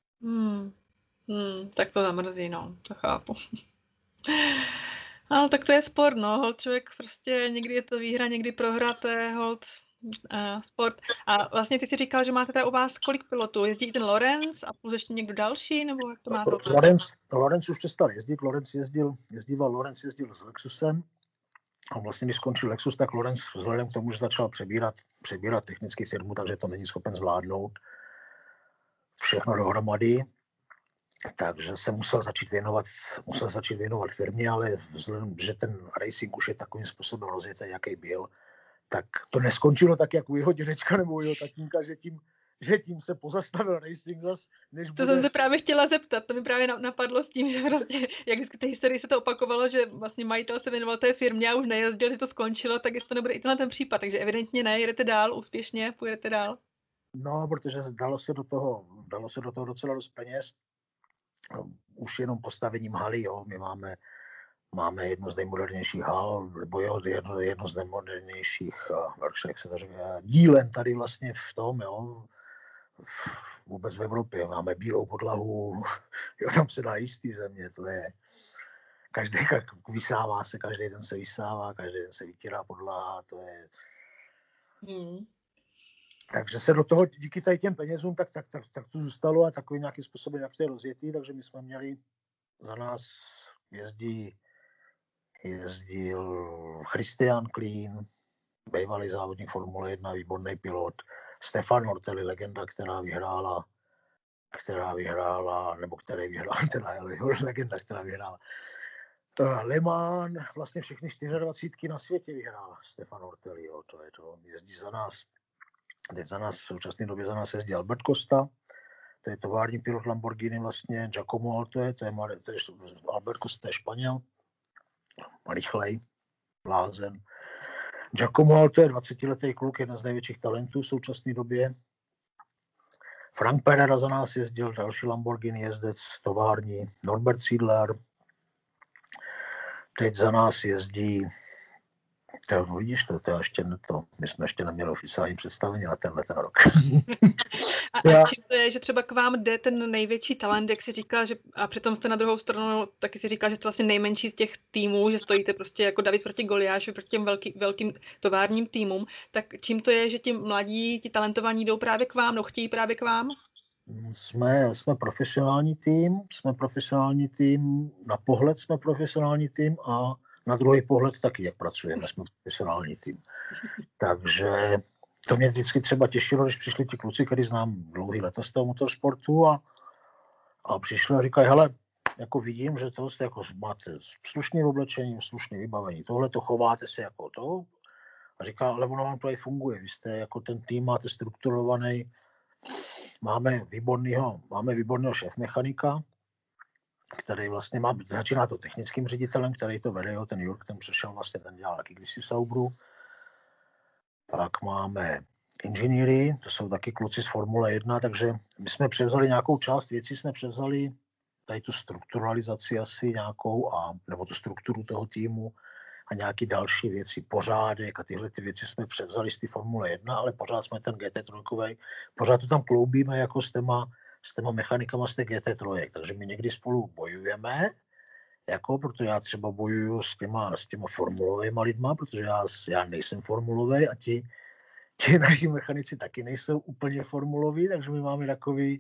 Tak to zamrzí, no, to chápu. Ale tak to je sport, no, holt člověk prostě, někdy je to výhra, někdy prohra, to je holt sport. A vlastně ty si říkal, že máte teda u vás kolik pilotů? Jezdí ten Lorenz a plus ještě někdo další, nebo jak to máte? Lorenz už přestal jezdit, Lorenz jezdil s Lexusem. A vlastně, když skončil Lexus, tak Lorenz vzhledem k tomu, že začal přebírat technický firmu, takže to není schopen zvládnout všechno dohromady. Takže se musel začít věnovat firmě, ale vzhledem, že ten racing už je takovým způsobem rozjetý, jaký byl, tak to neskončilo tak, jak u jeho dědečka nebo u jeho tatínka, že tím se pozastavil racing zas, než To jsem se právě chtěla zeptat, to mi právě napadlo s tím, že prostě, jak v té historii se to opakovalo, že vlastně majitel se věnoval té firmě a už nejezdil, že to skončilo, tak jestli to nebude i tenhle ten případ, takže evidentně ne, jedete dál úspěšně, pojedete dál. No, protože dalo se do toho docela dost peněz, už jenom postavením haly, jo, my máme jednu z nejmodernějších hal, nebo jedno z nejmodernějších jak se to říká, dílen tady vlastně v tom, jo, vůbec v Evropě. Máme bílou podlahu, jo, tam se dá jíst v země, to je vysává se, každý den se vysává, každý den se vytírá podlaha, to je... Takže se do toho díky tady těm penězům tak to zůstalo a takový nějaký způsob, jak to je rozjetý, takže my jsme měli, za nás jezdil Christian Klein, bývalý závodník Formule 1, výborný pilot, Stefan Ortelli, legenda, který vyhrál, legenda, která vyhrála Le Mans, vlastně všechny 24 na světě vyhrál Stefan Ortelli, jo, to je to, jezdí za nás. Teď v současné době za nás jezdí Albert Costa, to je tovární pilot Lamborghini vlastně, Giacomo Alto, to je Albert Costa je Španěl, rychlej, blázen. Giacomo Alto je 20letý kluk, jeden z největších talentů v současné době. Frank Perera za nás jezdil, další Lamborghini jezdec, tovární, Norbert Siedler. Teď za nás jezdí, vidíš my jsme ještě neměli oficiální představení na tenhle ten rok. A čím to je, že třeba k vám jde ten největší talent, jak si říkal, že a přitom jste na druhou stranu taky si říkal, že jste vlastně nejmenší z těch týmů, že stojíte prostě jako David proti Goliáši, proti těm velkým továrním týmům, tak čím to je, že ti mladí, ti talentovaní jdou právě k vám, no chtějí právě k vám? Jsme profesionální tým, na pohled jsme profesionální tým a na druhý pohled taky, jak pracujeme, jsme profesionální tým. Takže to mě vždycky třeba těšilo, když přišli ti kluci, který znám dlouhý leta z toho motorsportu a přišli a říkají, hele, jako vidím, že to jako máte slušné oblečení, slušné vybavení, tohle to chováte se jako to. A říká, ale ono vám to i funguje, vy jste jako ten tým, máte strukturovaný, máme výborného šéfmechanika, který vlastně začíná to technickým ředitelem, který to vede, ten Jurk, ten přešel vlastně, ten dělal taky kdysi v Saubru. Pak máme inženýry, to jsou taky kluci z Formule 1, takže my jsme převzali nějakou část věcí, tady tu strukturalizaci asi nějakou, nebo tu strukturu toho týmu a nějaký další věci, pořádek a tyhle ty věci jsme převzali z té Formule 1, ale pořád jsme ten GT3, pořád to tam kloubíme jako s těma mechanikama z té GT3, takže my někdy spolu bojujeme, protože já třeba bojuju s těma formulovými lidma, protože já nejsem formulový a ti naši mechanici taky nejsou úplně formuloví, takže my máme takový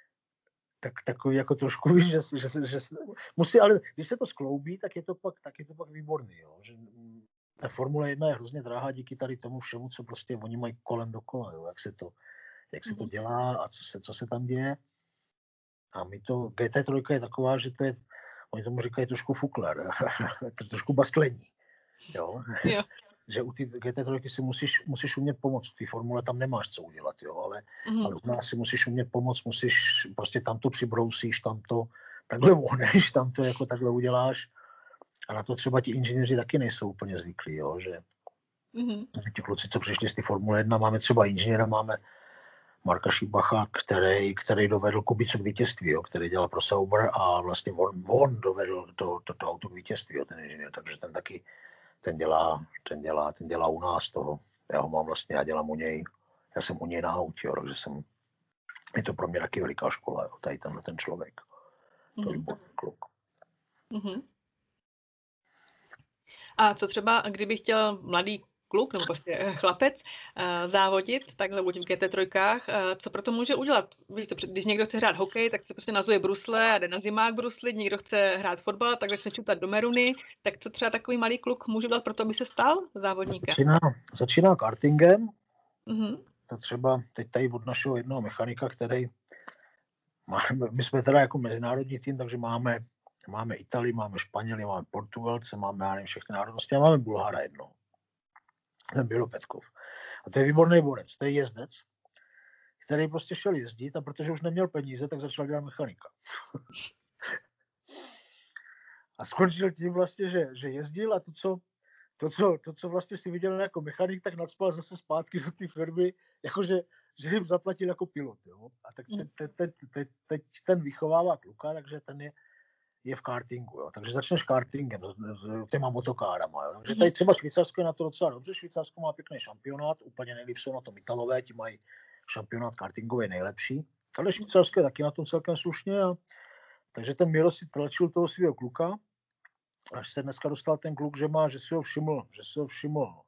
jako trošku, víš, že musí, ale když se to skloubí, tak je to pak výborný, jo? Že ta Formule 1 je hrozně drahá díky tady tomu všemu, co prostě oni mají kolem dokola, jo? Jak se to dělá a co se tam děje. A my to, GT3 je taková, že to je, oni tomu říkají trošku fukler, trošku basklení, jo? Že u té GT3 si musíš umět pomoct. V té formule tam nemáš co udělat, jo? Ale u nás si musíš umět pomoct, prostě tam to přibrousíš, tam to takhle vohneš, tam to jako takhle uděláš. A na to třeba ti inženýři taky nejsou úplně zvyklí, jo? Že ti kluci, co přišli z té Formule 1, máme třeba inženýra, máme Marka Šibacha, který dovedl Kubicu k vítězství, jo? Který dělal pro Sauber a vlastně on dovedl to auto k vítězství, jo? Ten inženýr, takže ten taky ten dělá u nás toho. Já ho mám vlastně, já dělám u něj. já jsem u něj na autě, jo, takže je to pro mě taky veliká škola, jo, tady ten člověk. To je výborný kluk. Mm-hmm. A co třeba, kdyby chtěl mladý kluk, nebo prostě chlapec, závodit, takhle buď v GT3, co pro to může udělat? Víte, když někdo chce hrát hokej, tak se prostě nazuje brusle a jde na zimák brusli, někdo chce hrát fotbal, tak začne čutat do meruny, tak co třeba takový malý kluk může udělat pro to, aby se stal závodníkem? Začíná kartingem, to třeba teď tady od našeho jednoho mechanika, který my jsme teda jako mezinárodní tým, takže máme Italii, máme Španěly, máme Portugalce, máme, já nevím, všechny národnosti a máme Bulhara jednoho. Ten Miro Petkov. A to je výborný borec, to je jezdec, který prostě šel jezdit a protože už neměl peníze, tak začal dělat mechanika. A skončil tím vlastně, že jezdil a to, co vlastně si viděl jako mechanik, tak nadspal zase zpátky do té firmy, jakože že jim zaplatil jako pilot. Jo? A tak teď ten vychovává kluka, takže ten je v kartingu. Jo? Takže začneš kartingem s těma motokárama. Jo? Takže tady třeba Švýcarsko je na to docela dobře. Švýcarsko má pěkný šampionát, úplně nejlíp jsou na tom Italové, ti mají šampionát kartingový nejlepší. Ale Švýcarsko je taky na tom celkem slušně. Takže ten Miro si tlačil toho svého kluka, až se dneska dostal ten kluk, že si ho všiml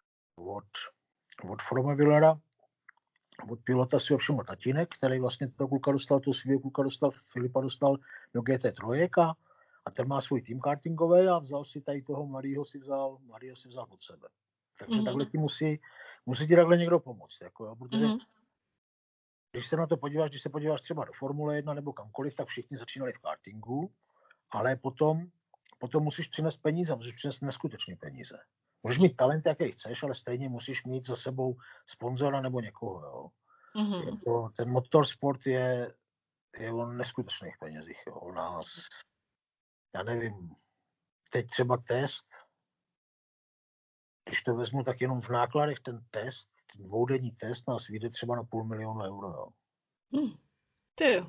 od Fromevillera, od pilota si ho všiml tatínek, který vlastně toho svého kluka dostal, Filipa dostal do GT3 a ten má svůj tým kartingový a vzal si tady toho mladýho si vzal pod sebe. Takže takhle ti musí ti takhle někdo pomoct, jako, jo, protože když se na to podíváš, když se podíváš třeba do Formule 1 nebo kamkoliv, tak všichni začínali v kartingu, ale potom musíš přinést peníze, musíš přinést neskutečné peníze. Můžeš mít talent, jaký chceš, ale stejně musíš mít za sebou sponzora nebo někoho. Jo. Ten motorsport je o neskutečných penězích. Jo. U nás, já nevím, teď třeba test, když to vezmu, tak jenom v nákladech ten dvoudenní test nás vyjde třeba na 500 000 euro. Jo. Ty.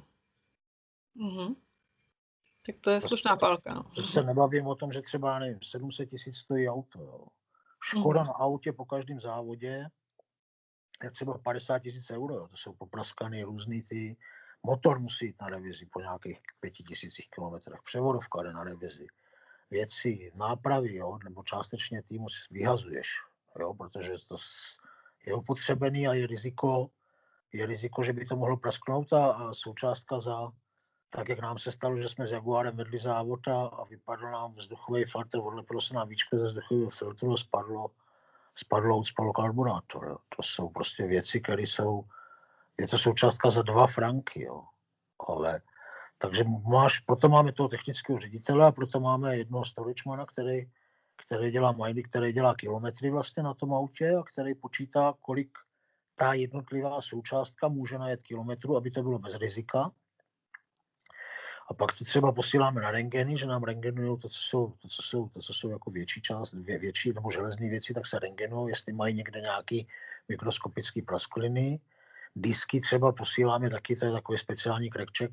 Tak to je slušná pálka. No. To se nebavím o tom, že třeba, nevím, 700 000 stojí auto. Jo. Škoda na autě po každém závodě je třeba 50 000 euro. Jo. To jsou popraskaný různý ty. Motor musí jít na revizi po nějakých 5000 kilometrech. Převodovka jde na revizi. Věci, nápravy, jo, nebo částečně týmu vyhazuješ, jo, protože to je opotřebený a je riziko, že by to mohlo prasknout a součástka tak jak nám se stalo, že jsme s Jaguarem vedli závod a vypadl nám vzduchový filtr, odlepilo se nám víčko ze vzduchového filtru a spadlo karburátor. Jo. To jsou prostě věci, které je to součástka za 2 franky, jo. Ale takže proto máme toho technického ředitele a proto máme jednoho storagemana, který dělá majdy, který dělá kilometry vlastně na tom autě a který počítá, kolik ta jednotlivá součástka může najet kilometrů, aby to bylo bez rizika. A pak to třeba posíláme na rentgeny, že nám rentgenují to, co jsou jako větší nebo železné věci, tak se rentgenují, jestli mají někde nějaký mikroskopický praskliny. Disky třeba posíláme taky, to je takový speciální crack-check.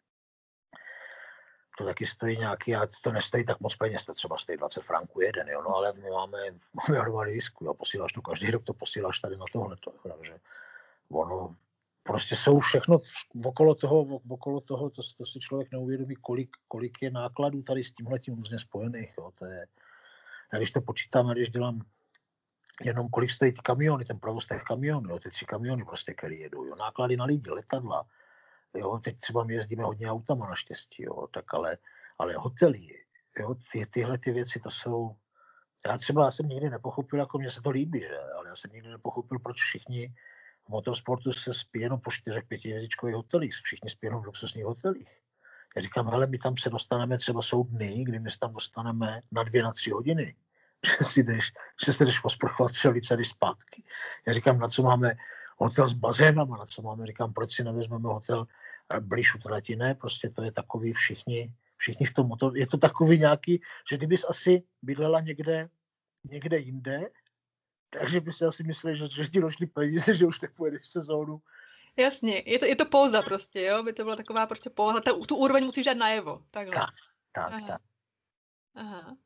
To taky stojí nějaký, a to nestojí tak moc peněz, to třeba stojí 20 franků jeden, jo, no ale my máme harvard disku, jo, posíláš to každý rok, to posíláš tady na tohleto, takže ono, prostě jsou všechno okolo toho, to si člověk neuvědomí, kolik je nákladů tady s tímhletím různě spojených, jo, to je, já když to počítám, když dělám jenom kolik stojí ty kamiony, ten provoz těch kamionů, jo, ty 3 kamiony prostě, které jedou, jo, náklady na lidi, letadla, jo, teď třeba my jezdíme hodně autama naštěstí, jo, tak ale hotely, jo, tyhle ty věci, to jsou, já jsem nikdy nepochopil, jako mně se to líbí, že, ale já jsem nikdy nepochopil, proč všichni v motorsportu se spí jenom po 4-5 hvězdičkových hotelích, všichni spí jenom v luxusních hotelích. Já říkám, hele, my tam se dostaneme, třeba jsou dny, kdy my se tam dostaneme na 2-3 hodiny, že se jdeš posprchovat přelice, jdeš zpátky. Já říkám, na co máme hotel s bazénem, a na co máme, říkám, proč si nevezmeme hotel blíž u trati, ne, prostě to je takový všichni v tom motoru, je to takový nějaký, že kdybys asi bydlela někde jinde, takže by si asi mysleli, že ti došly peníze, že už nepojedeš sezónu. Jasně, je to póza prostě, jo, by to byla taková prostě póza, tu úroveň musíš dát najevo, takhle. Tak. Aha.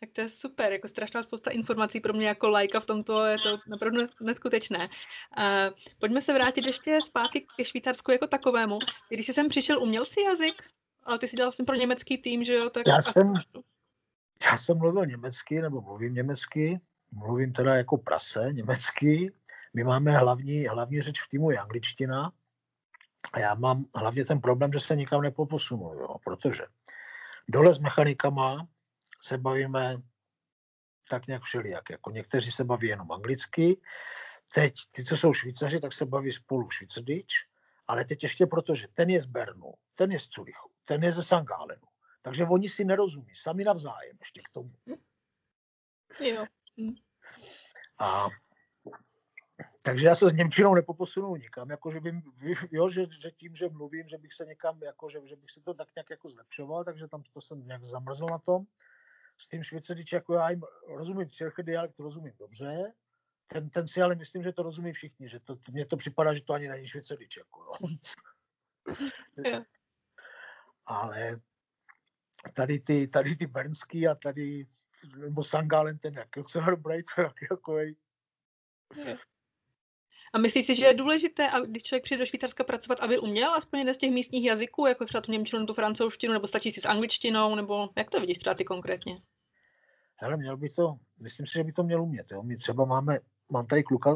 Tak to je super, jako strašná spousta informací pro mě jako lajka v tomto, je to naprosto neskutečné. Pojďme se vrátit ještě zpátky ke Švýcarsku jako takovému. Když jsi sem přišel, uměl jsi jazyk? Ale ty jsi dělal jsem pro německý tým, že jo? Tak Já jsem mluvil německy, nebo mluvím německy, mluvím teda jako prase německy. My máme hlavní řeč v týmu je angličtina a já mám hlavně ten problém, že se nikam nepoposunu, jo, protože dole s mechanikama se bavíme tak nějak všelijak, jako někteří se baví jenom anglicky, teď ty, co jsou Švýcaři, tak se baví spolu Švýcardič, ale teď ještě protože ten je z Bernu, ten je z Curychu, ten je ze St. Gallenu, takže oni si nerozumí, sami navzájem ještě k tomu. Jo. A takže já se s němčinou nepoposunu nikam, jako že tím, že mluvím, že bych se někam, jako, že bych se to tak nějak jako zlepšoval, takže tam to jsem nějak zamrzl na tom. S tím Švýcardič, jako já jim rozumím Čechy dialekt, rozumím dobře, ten si ale myslím, že to rozumí všichni, že mně to připadá, že to ani není Švýcardič, jako jo. Yeah. Ale tady ty bernský a tady, nebo St. Gallen, ten jak docela dobrý, to je takovej. Yeah. A myslíš si, že je důležité, když člověk přijde do Švýcarska pracovat, aby uměl aspoň jeden z těch místních jazyků, jako třeba tu němčinu, tu francouzštinu, nebo stačí si s angličtinou, nebo jak to vidíš třeba ty konkrétně? Hele, myslím si, že by to měl umět. Jo. My třeba mám tady kluka,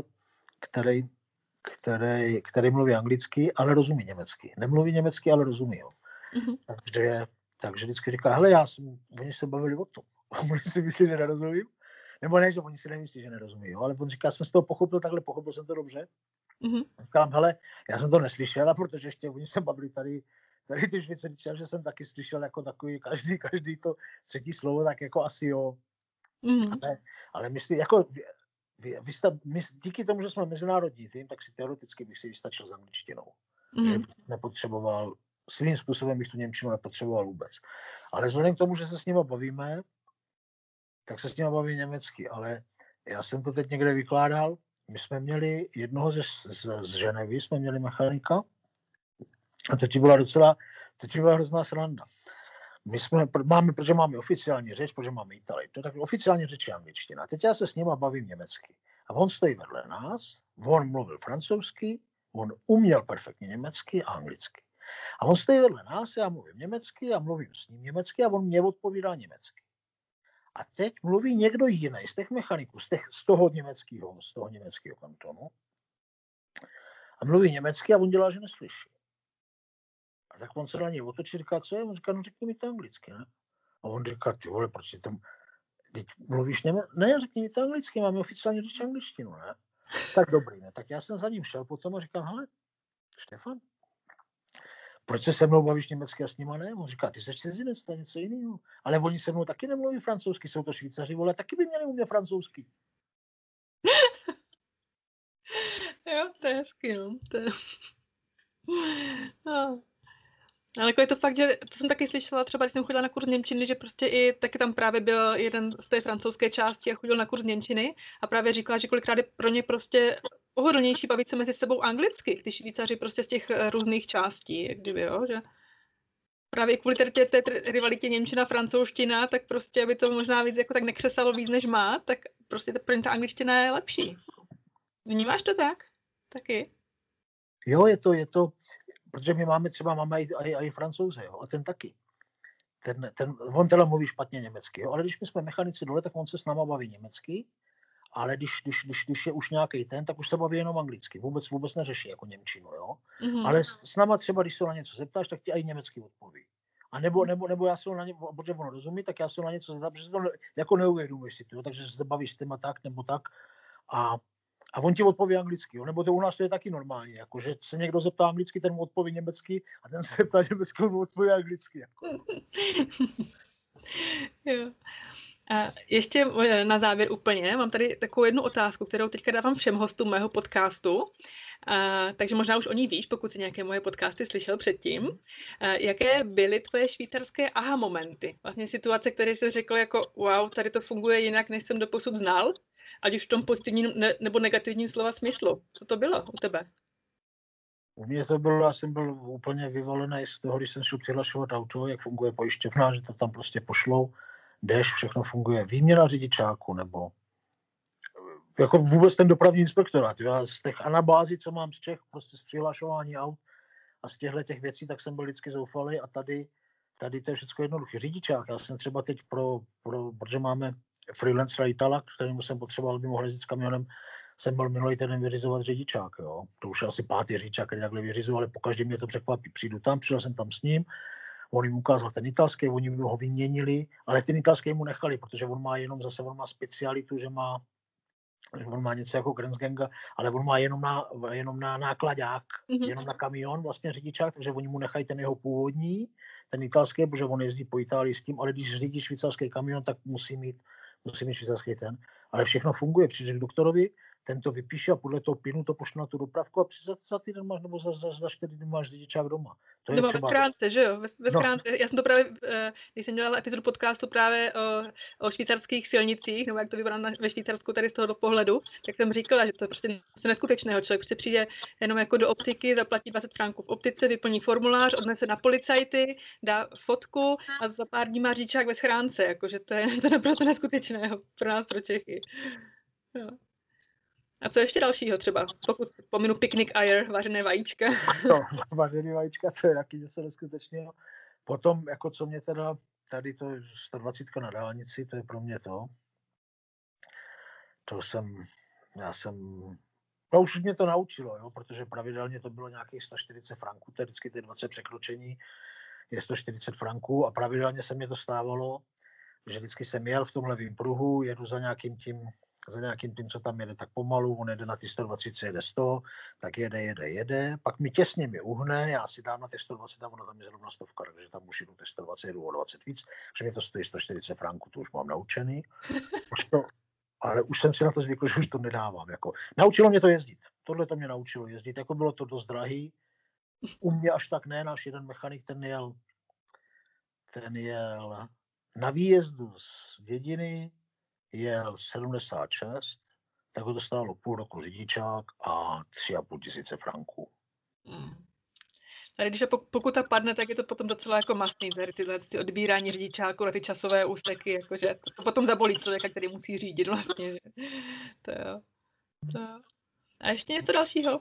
který mluví anglicky, ale rozumí německy. Nemluví německy, ale rozumí. Jo. Mm-hmm. Takže vždycky říká, hele, oni se bavili o tom. Oni si myslí, že nerozumím. Nebo ne, že oni si nemyslí, že nerozumí. Jo. Ale on říká, jsem z toho pochopil jsem to dobře. Mm-hmm. Říkám, hele, já jsem to neslyšel, protože ještě oni se bavili tady ty Švýcarci, že jsem taky slyšel jako takový, každý to třetí slovo, tak jako asi jo. Mm-hmm. Ale myslím, jako díky tomu, že jsme mezinárodní tým, tak si teoreticky bych si vystačil s angličtinou. Mm-hmm. Že bych nepotřeboval, svým způsobem bych tu němčinu nepotřeboval vůbec. Ale vzhledem k tomu, že se s nimi bavíme, tak se s nimi baví německy. Ale já jsem to teď někde vykládal, my jsme měli jednoho z Ženevy, jsme měli mechanika a teď byla hrozná sranda. Protože máme oficiální řeč, protože máme Italii, to je tak oficiální řeč je angličtina. A teď já se s nima bavím německy. A on stojí vedle nás, on mluvil francouzsky, on uměl perfektně německy a anglicky. A on stojí vedle nás, já mluvím německy, já mluvím s ním německy a on mě odpovídá německy. A teď mluví někdo jiný z těch mechaniků, z toho německého kantonu. A mluví německy a on dělá, že neslyší. A tak on se na něj otočí, říká, co je? On říká, no řekni mi to anglicky, ne? A on říká, ty vole, proč si tam, teď mluvíš německy? Ne, řekni mi to anglicky, máme oficiálně řeč angličtinu, ne? Tak dobrý, ne? Tak já jsem za ním šel potom a říkám, hele, Štefan, proč se mnou bavíš německy a s nima ne? On říká, ty jsi cizinec, to je něco jiného. Ale oni se mnou taky nemluví francouzsky, jsou to Švýcaři, vole, taky by měli umět francouzsky. Jo, to je hezky, no. Ale jako je to fakt, že to jsem taky slyšela, třeba když jsem chodila na kurz němčiny, že prostě i taky tam právě byl jeden z té francouzské části a chodil na kurz němčiny a právě říkala, že kolikrát je pro ně prostě pohodlnější bavit se mezi sebou anglicky, když Švýcaři prostě z těch různých částí, jak kdyby, jo, že právě kvůli té rivalitě němčina, francouzština, tak prostě, aby to možná víc jako tak nekřesalo víc, než má, tak prostě pro ně ta angličtina je lepší. Vnímáš to tak? Taky? Jo, je to, protože my máme i Francouze, jo, a ten taky. On teda mluví špatně německy, jo, ale když my jsme mechanici dole, tak on se s náma baví německy, ale když je už nějaký tak už se baví jenom anglicky. Vůbec neřeší jako němčinu, jo. Mm-hmm. Ale s náma třeba, když se na něco zeptáš, tak ti i německy odpoví. A nebo já se na ně, protože on rozumí, tak já se na něco zeptám, protože to jako neuvědomuješ si to, takže se bavíš s těma tak nebo tak a on ti odpoví anglicky, jo? Nebo to u nás to je taky normální, jako, že se někdo zeptá anglicky, ten mu odpoví německy a ten se zeptá německy, on mu odpoví anglicky. Jako. Jo. A ještě na závěr úplně, mám tady takovou jednu otázku, kterou teďka dávám všem hostům mého podcastu, takže možná už o ní víš, pokud jsi nějaké moje podcasty slyšel předtím. Jaké byly tvoje švýcarské aha momenty? Vlastně situace, které jsi řekl jako wow, tady to funguje jinak, než jsem doposud znal, ať už v tom pozitivním nebo negativním slova smyslu. Co to bylo u tebe? U mě to bylo, já jsem byl úplně vyvolený z toho, když jsem šel přihlašovat auto, jak funguje pojišťovna, že to tam prostě pošlou jdeš, všechno funguje. Výměna řidičáku nebo jako vůbec ten dopravní inspektorát. Já z těch anabází, co mám z Čech, prostě z přihlašování aut a z těch věcí, tak jsem byl vždycky zoufalý a tady to je všechno jednoduché. Řidičák, já jsem třeba teď protože máme freelance ředitela, kterému jsem potřeboval, aby mohl jezdit s kamionem, jsem byl minulý týden vyřizovat řidičák. Jo. To už je asi 5. řidičák, který takhle vyřizoval, ale pokaždé mě to překvapí. Přišel jsem tam s ním, on jim ukázal ten italský, oni mu ho vyměnili, ale ten italský mu nechali, protože on má specialitu, že on má něco jako Grenzganga, ale on má jenom na nákladák, jenom na kamion vlastně řidičák, takže oni mu nechají ten jeho původní, ten italský, protože on jezdí po Itálii s tím, ale když řídí švýcarský kamion, tak musí mít švýcarský ten. Ale všechno funguje, přijdeš k doktorovi, ten to vypíše a podle toho pinu to pošle na tu dopravku a za týden máš, nebo za 4 dny máš řidičák doma. To je třeba... ve skránce, že jo? Ve skránce. Já jsem to právě, když jsem dělala epizodu podcastu právě o švýcarských silnicích, nebo jak to vypadá ve Švýcarsku tady z toho pohledu, tak jsem říkala, že to je prostě něco neskutečného. Člověk prostě přijde jenom jako do optiky, zaplatí 20 franků v optice, vyplní formulář, odnese na policajty, dá fotku a za pár dní má řidičák ve schránce. Jakože to je naprosto neskutečného pro nás, pro Čechy. Jo. A co ještě dalšího třeba? Pokud pominu piknik air, vařené vajíčka. No, vařené vajíčka, to je taky něco neskutečného. Potom, jako co mě teda, tady to je 120 na dálnici, to je pro mě to. No už mě to naučilo, jo, protože pravidelně to bylo nějakých 140 franků, to je vždycky ty 20 překročení, je 140 franků a pravidelně se mě to stávalo, že vždycky jsem jel v tom levém pruhu, jedu za nějakým tím, co tam jede tak pomalu, on jede na ty 120, jede 100, tak jede, pak těsně mi uhne, já si dám na těch 120 a ono tam je zrovna 100, takže tam už jdu těch 120, jdu o 20 víc, že mě to stojí 140 franků, to už mám naučený. Ale už jsem si na to zvykl, že už to nedávám. Jako. Naučilo mě to jezdit. Tohle to mě naučilo jezdit. Jako bylo to dost drahý. U mě až tak ne. Náš jeden mechanik, ten jel na výjezdu z dědiny, jel 76, tak ho to stálo půl roku řidičák a 3,5 tisíce franků. Tady když pokuta padne, tak je to potom docela jako mastný, tady ty odbírání řidičáku na ty časové úseky, jakože to potom zabolí člověka, který musí řídit vlastně. Že? To jo. A ještě něco dalšího?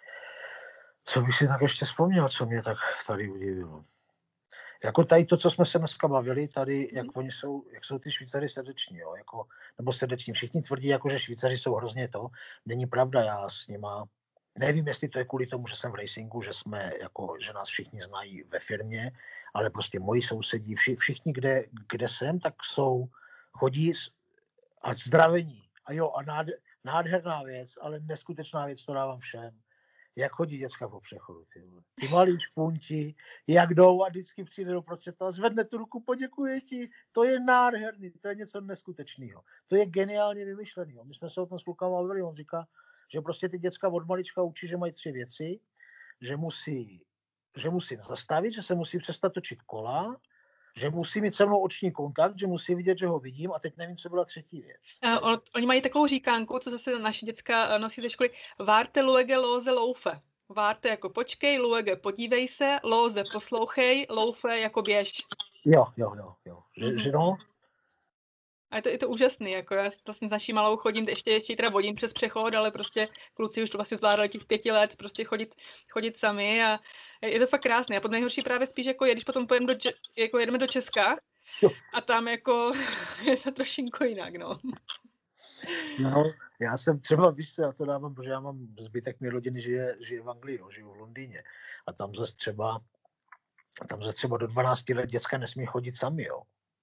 Co bych si tak ještě vzpomněl, co mě tak tady udivilo. Jako tady to, co jsme se dneska bavili, tady, jak jsou ty Švýcary srdeční, jo, jako, nebo srdeční. Všichni tvrdí, jako, že Švýcary jsou hrozně to. Není pravda, já s nima, nevím, jestli to je kvůli tomu, že jsem v racingu, že nás všichni znají ve firmě, ale prostě moji sousedí, všichni, kde jsem, tak chodí a zdravení. A jo, a nádherná věc, ale neskutečná věc, to dávám všem. Jak chodí děcka po přechodu, ty malí špunti, jak jdou a vždycky přijde do prostředka, zvedne tu ruku, poděkuje ti, to je nádherný, to je něco neskutečného. To je geniálně vymyšlený. My jsme se o tom s klukama bavili, on říká, že prostě ty děcka od malička učí, že mají 3 věci, že musí zastavit, že se musí přestat točit kola, že musí mít se mnou oční kontakt, že musí vidět, že ho vidím a teď nevím, co byla 3. věc. Oni mají takovou říkánku, co zase naši děcka nosí ze školy, Warte, luege, lose, loufe. Warte jako počkej, luege podívej se, lose poslouchej, loufe jako běž. Jo. Že no? A je to úžasný, jako já vlastně s naší malou chodím, ještě teda vodím přes přechod, ale prostě kluci už to vlastně zvládali těch 5 let, prostě chodit sami a je to fakt krásné. A pod nejhorší právě spíš jako je, když potom jedeme do Česka a tam jako je to trošinku jinak, no. No, já jsem třeba, víš se, já to dávám, protože já mám zbytek mé rodiny žije v Anglii, žiju v Londýně a tam zase třeba do 12 let děcka nesmí chodit sami, jo.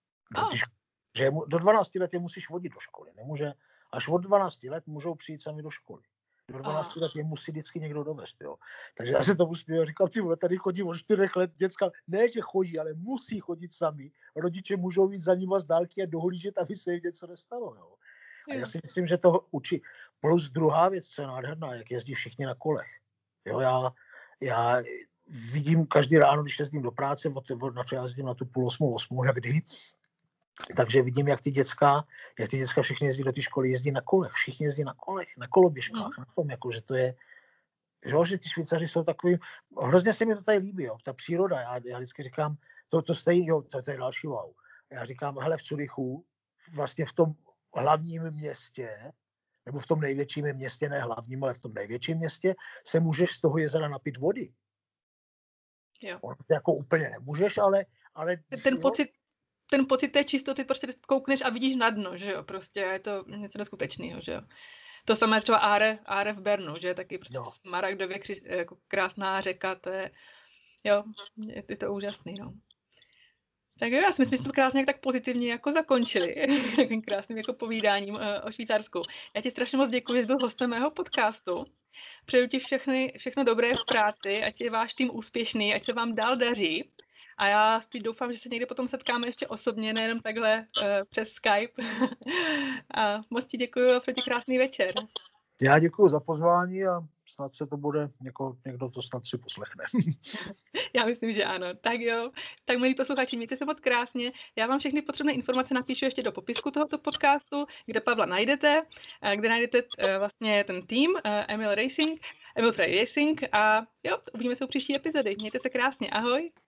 Že do 12 let je musíš vodit do školy, nemůže, až od 12 let můžou přijít sami do školy. Do 12 let je musí vždycky někdo dovést, jo. Takže já se tomu směju, říkám, tady chodí od 4 let děcka, ne, že chodí, ale musí chodit sami. Rodiče můžou jít za nima z dálky a dohlížet, aby se jim něco nestalo, jo. A já si myslím, že to učí. Plus druhá věc, co je nádherná, jak jezdí všichni na kolech. Jo, já vidím každý ráno, když jezdím do práce, já jezdím na tu 7:30, jak kdy, takže vidím, jak ty děcka všichni jezdí do té školy, jezdí na kolech, všichni jezdí na kolech, na koloběžkách, na tom, jako, že to je, že ty Švýcaři jsou takový, hrozně se mi to tady líbí, jo, ta příroda, já vždycky říkám, to je další wow. Já říkám, hele, v Curychu, vlastně v tom hlavním městě, nebo v tom největším městě, ne hlavním, ale v tom největším městě, se můžeš z toho jezera napít vody. Jo. Jako úplně nemůžeš, ale ten pocit té čistoty, prostě koukneš a vidíš na dno, že jo, prostě je to něco neskutečného, že jo. To samé třeba Áre v Bernu, že je taky prostě smaragdově jako krásná řeka, to je, jo, je to úžasný, no. Tak jo, já si myslím, že jsme to krásně tak pozitivně jako zakončili, takovým krásným jako povídáním o Švýcarsku. Já ti strašně moc děkuji, že jsi byl hostem mého podcastu. Přeju ti všechno dobré v práci, ať je váš tým úspěšný, ať se vám dál daří. A já teď doufám, že se někdy potom setkáme ještě osobně, nejenom takhle přes Skype. A moc ti děkuji a přeji ti krásný večer. Já děkuji za pozvání a snad se to bude, někdo to snad si poslechne. Já myslím, že ano. Tak jo. Tak milí posluchači, mějte se moc krásně. Já vám všechny potřebné informace napíšu ještě do popisku tohoto podcastu, kde Pavla najdete, kde najdete vlastně ten tým Emil Frey Racing a jo, uvidíme se u příští epizody. Mějte se krásně. Ahoj.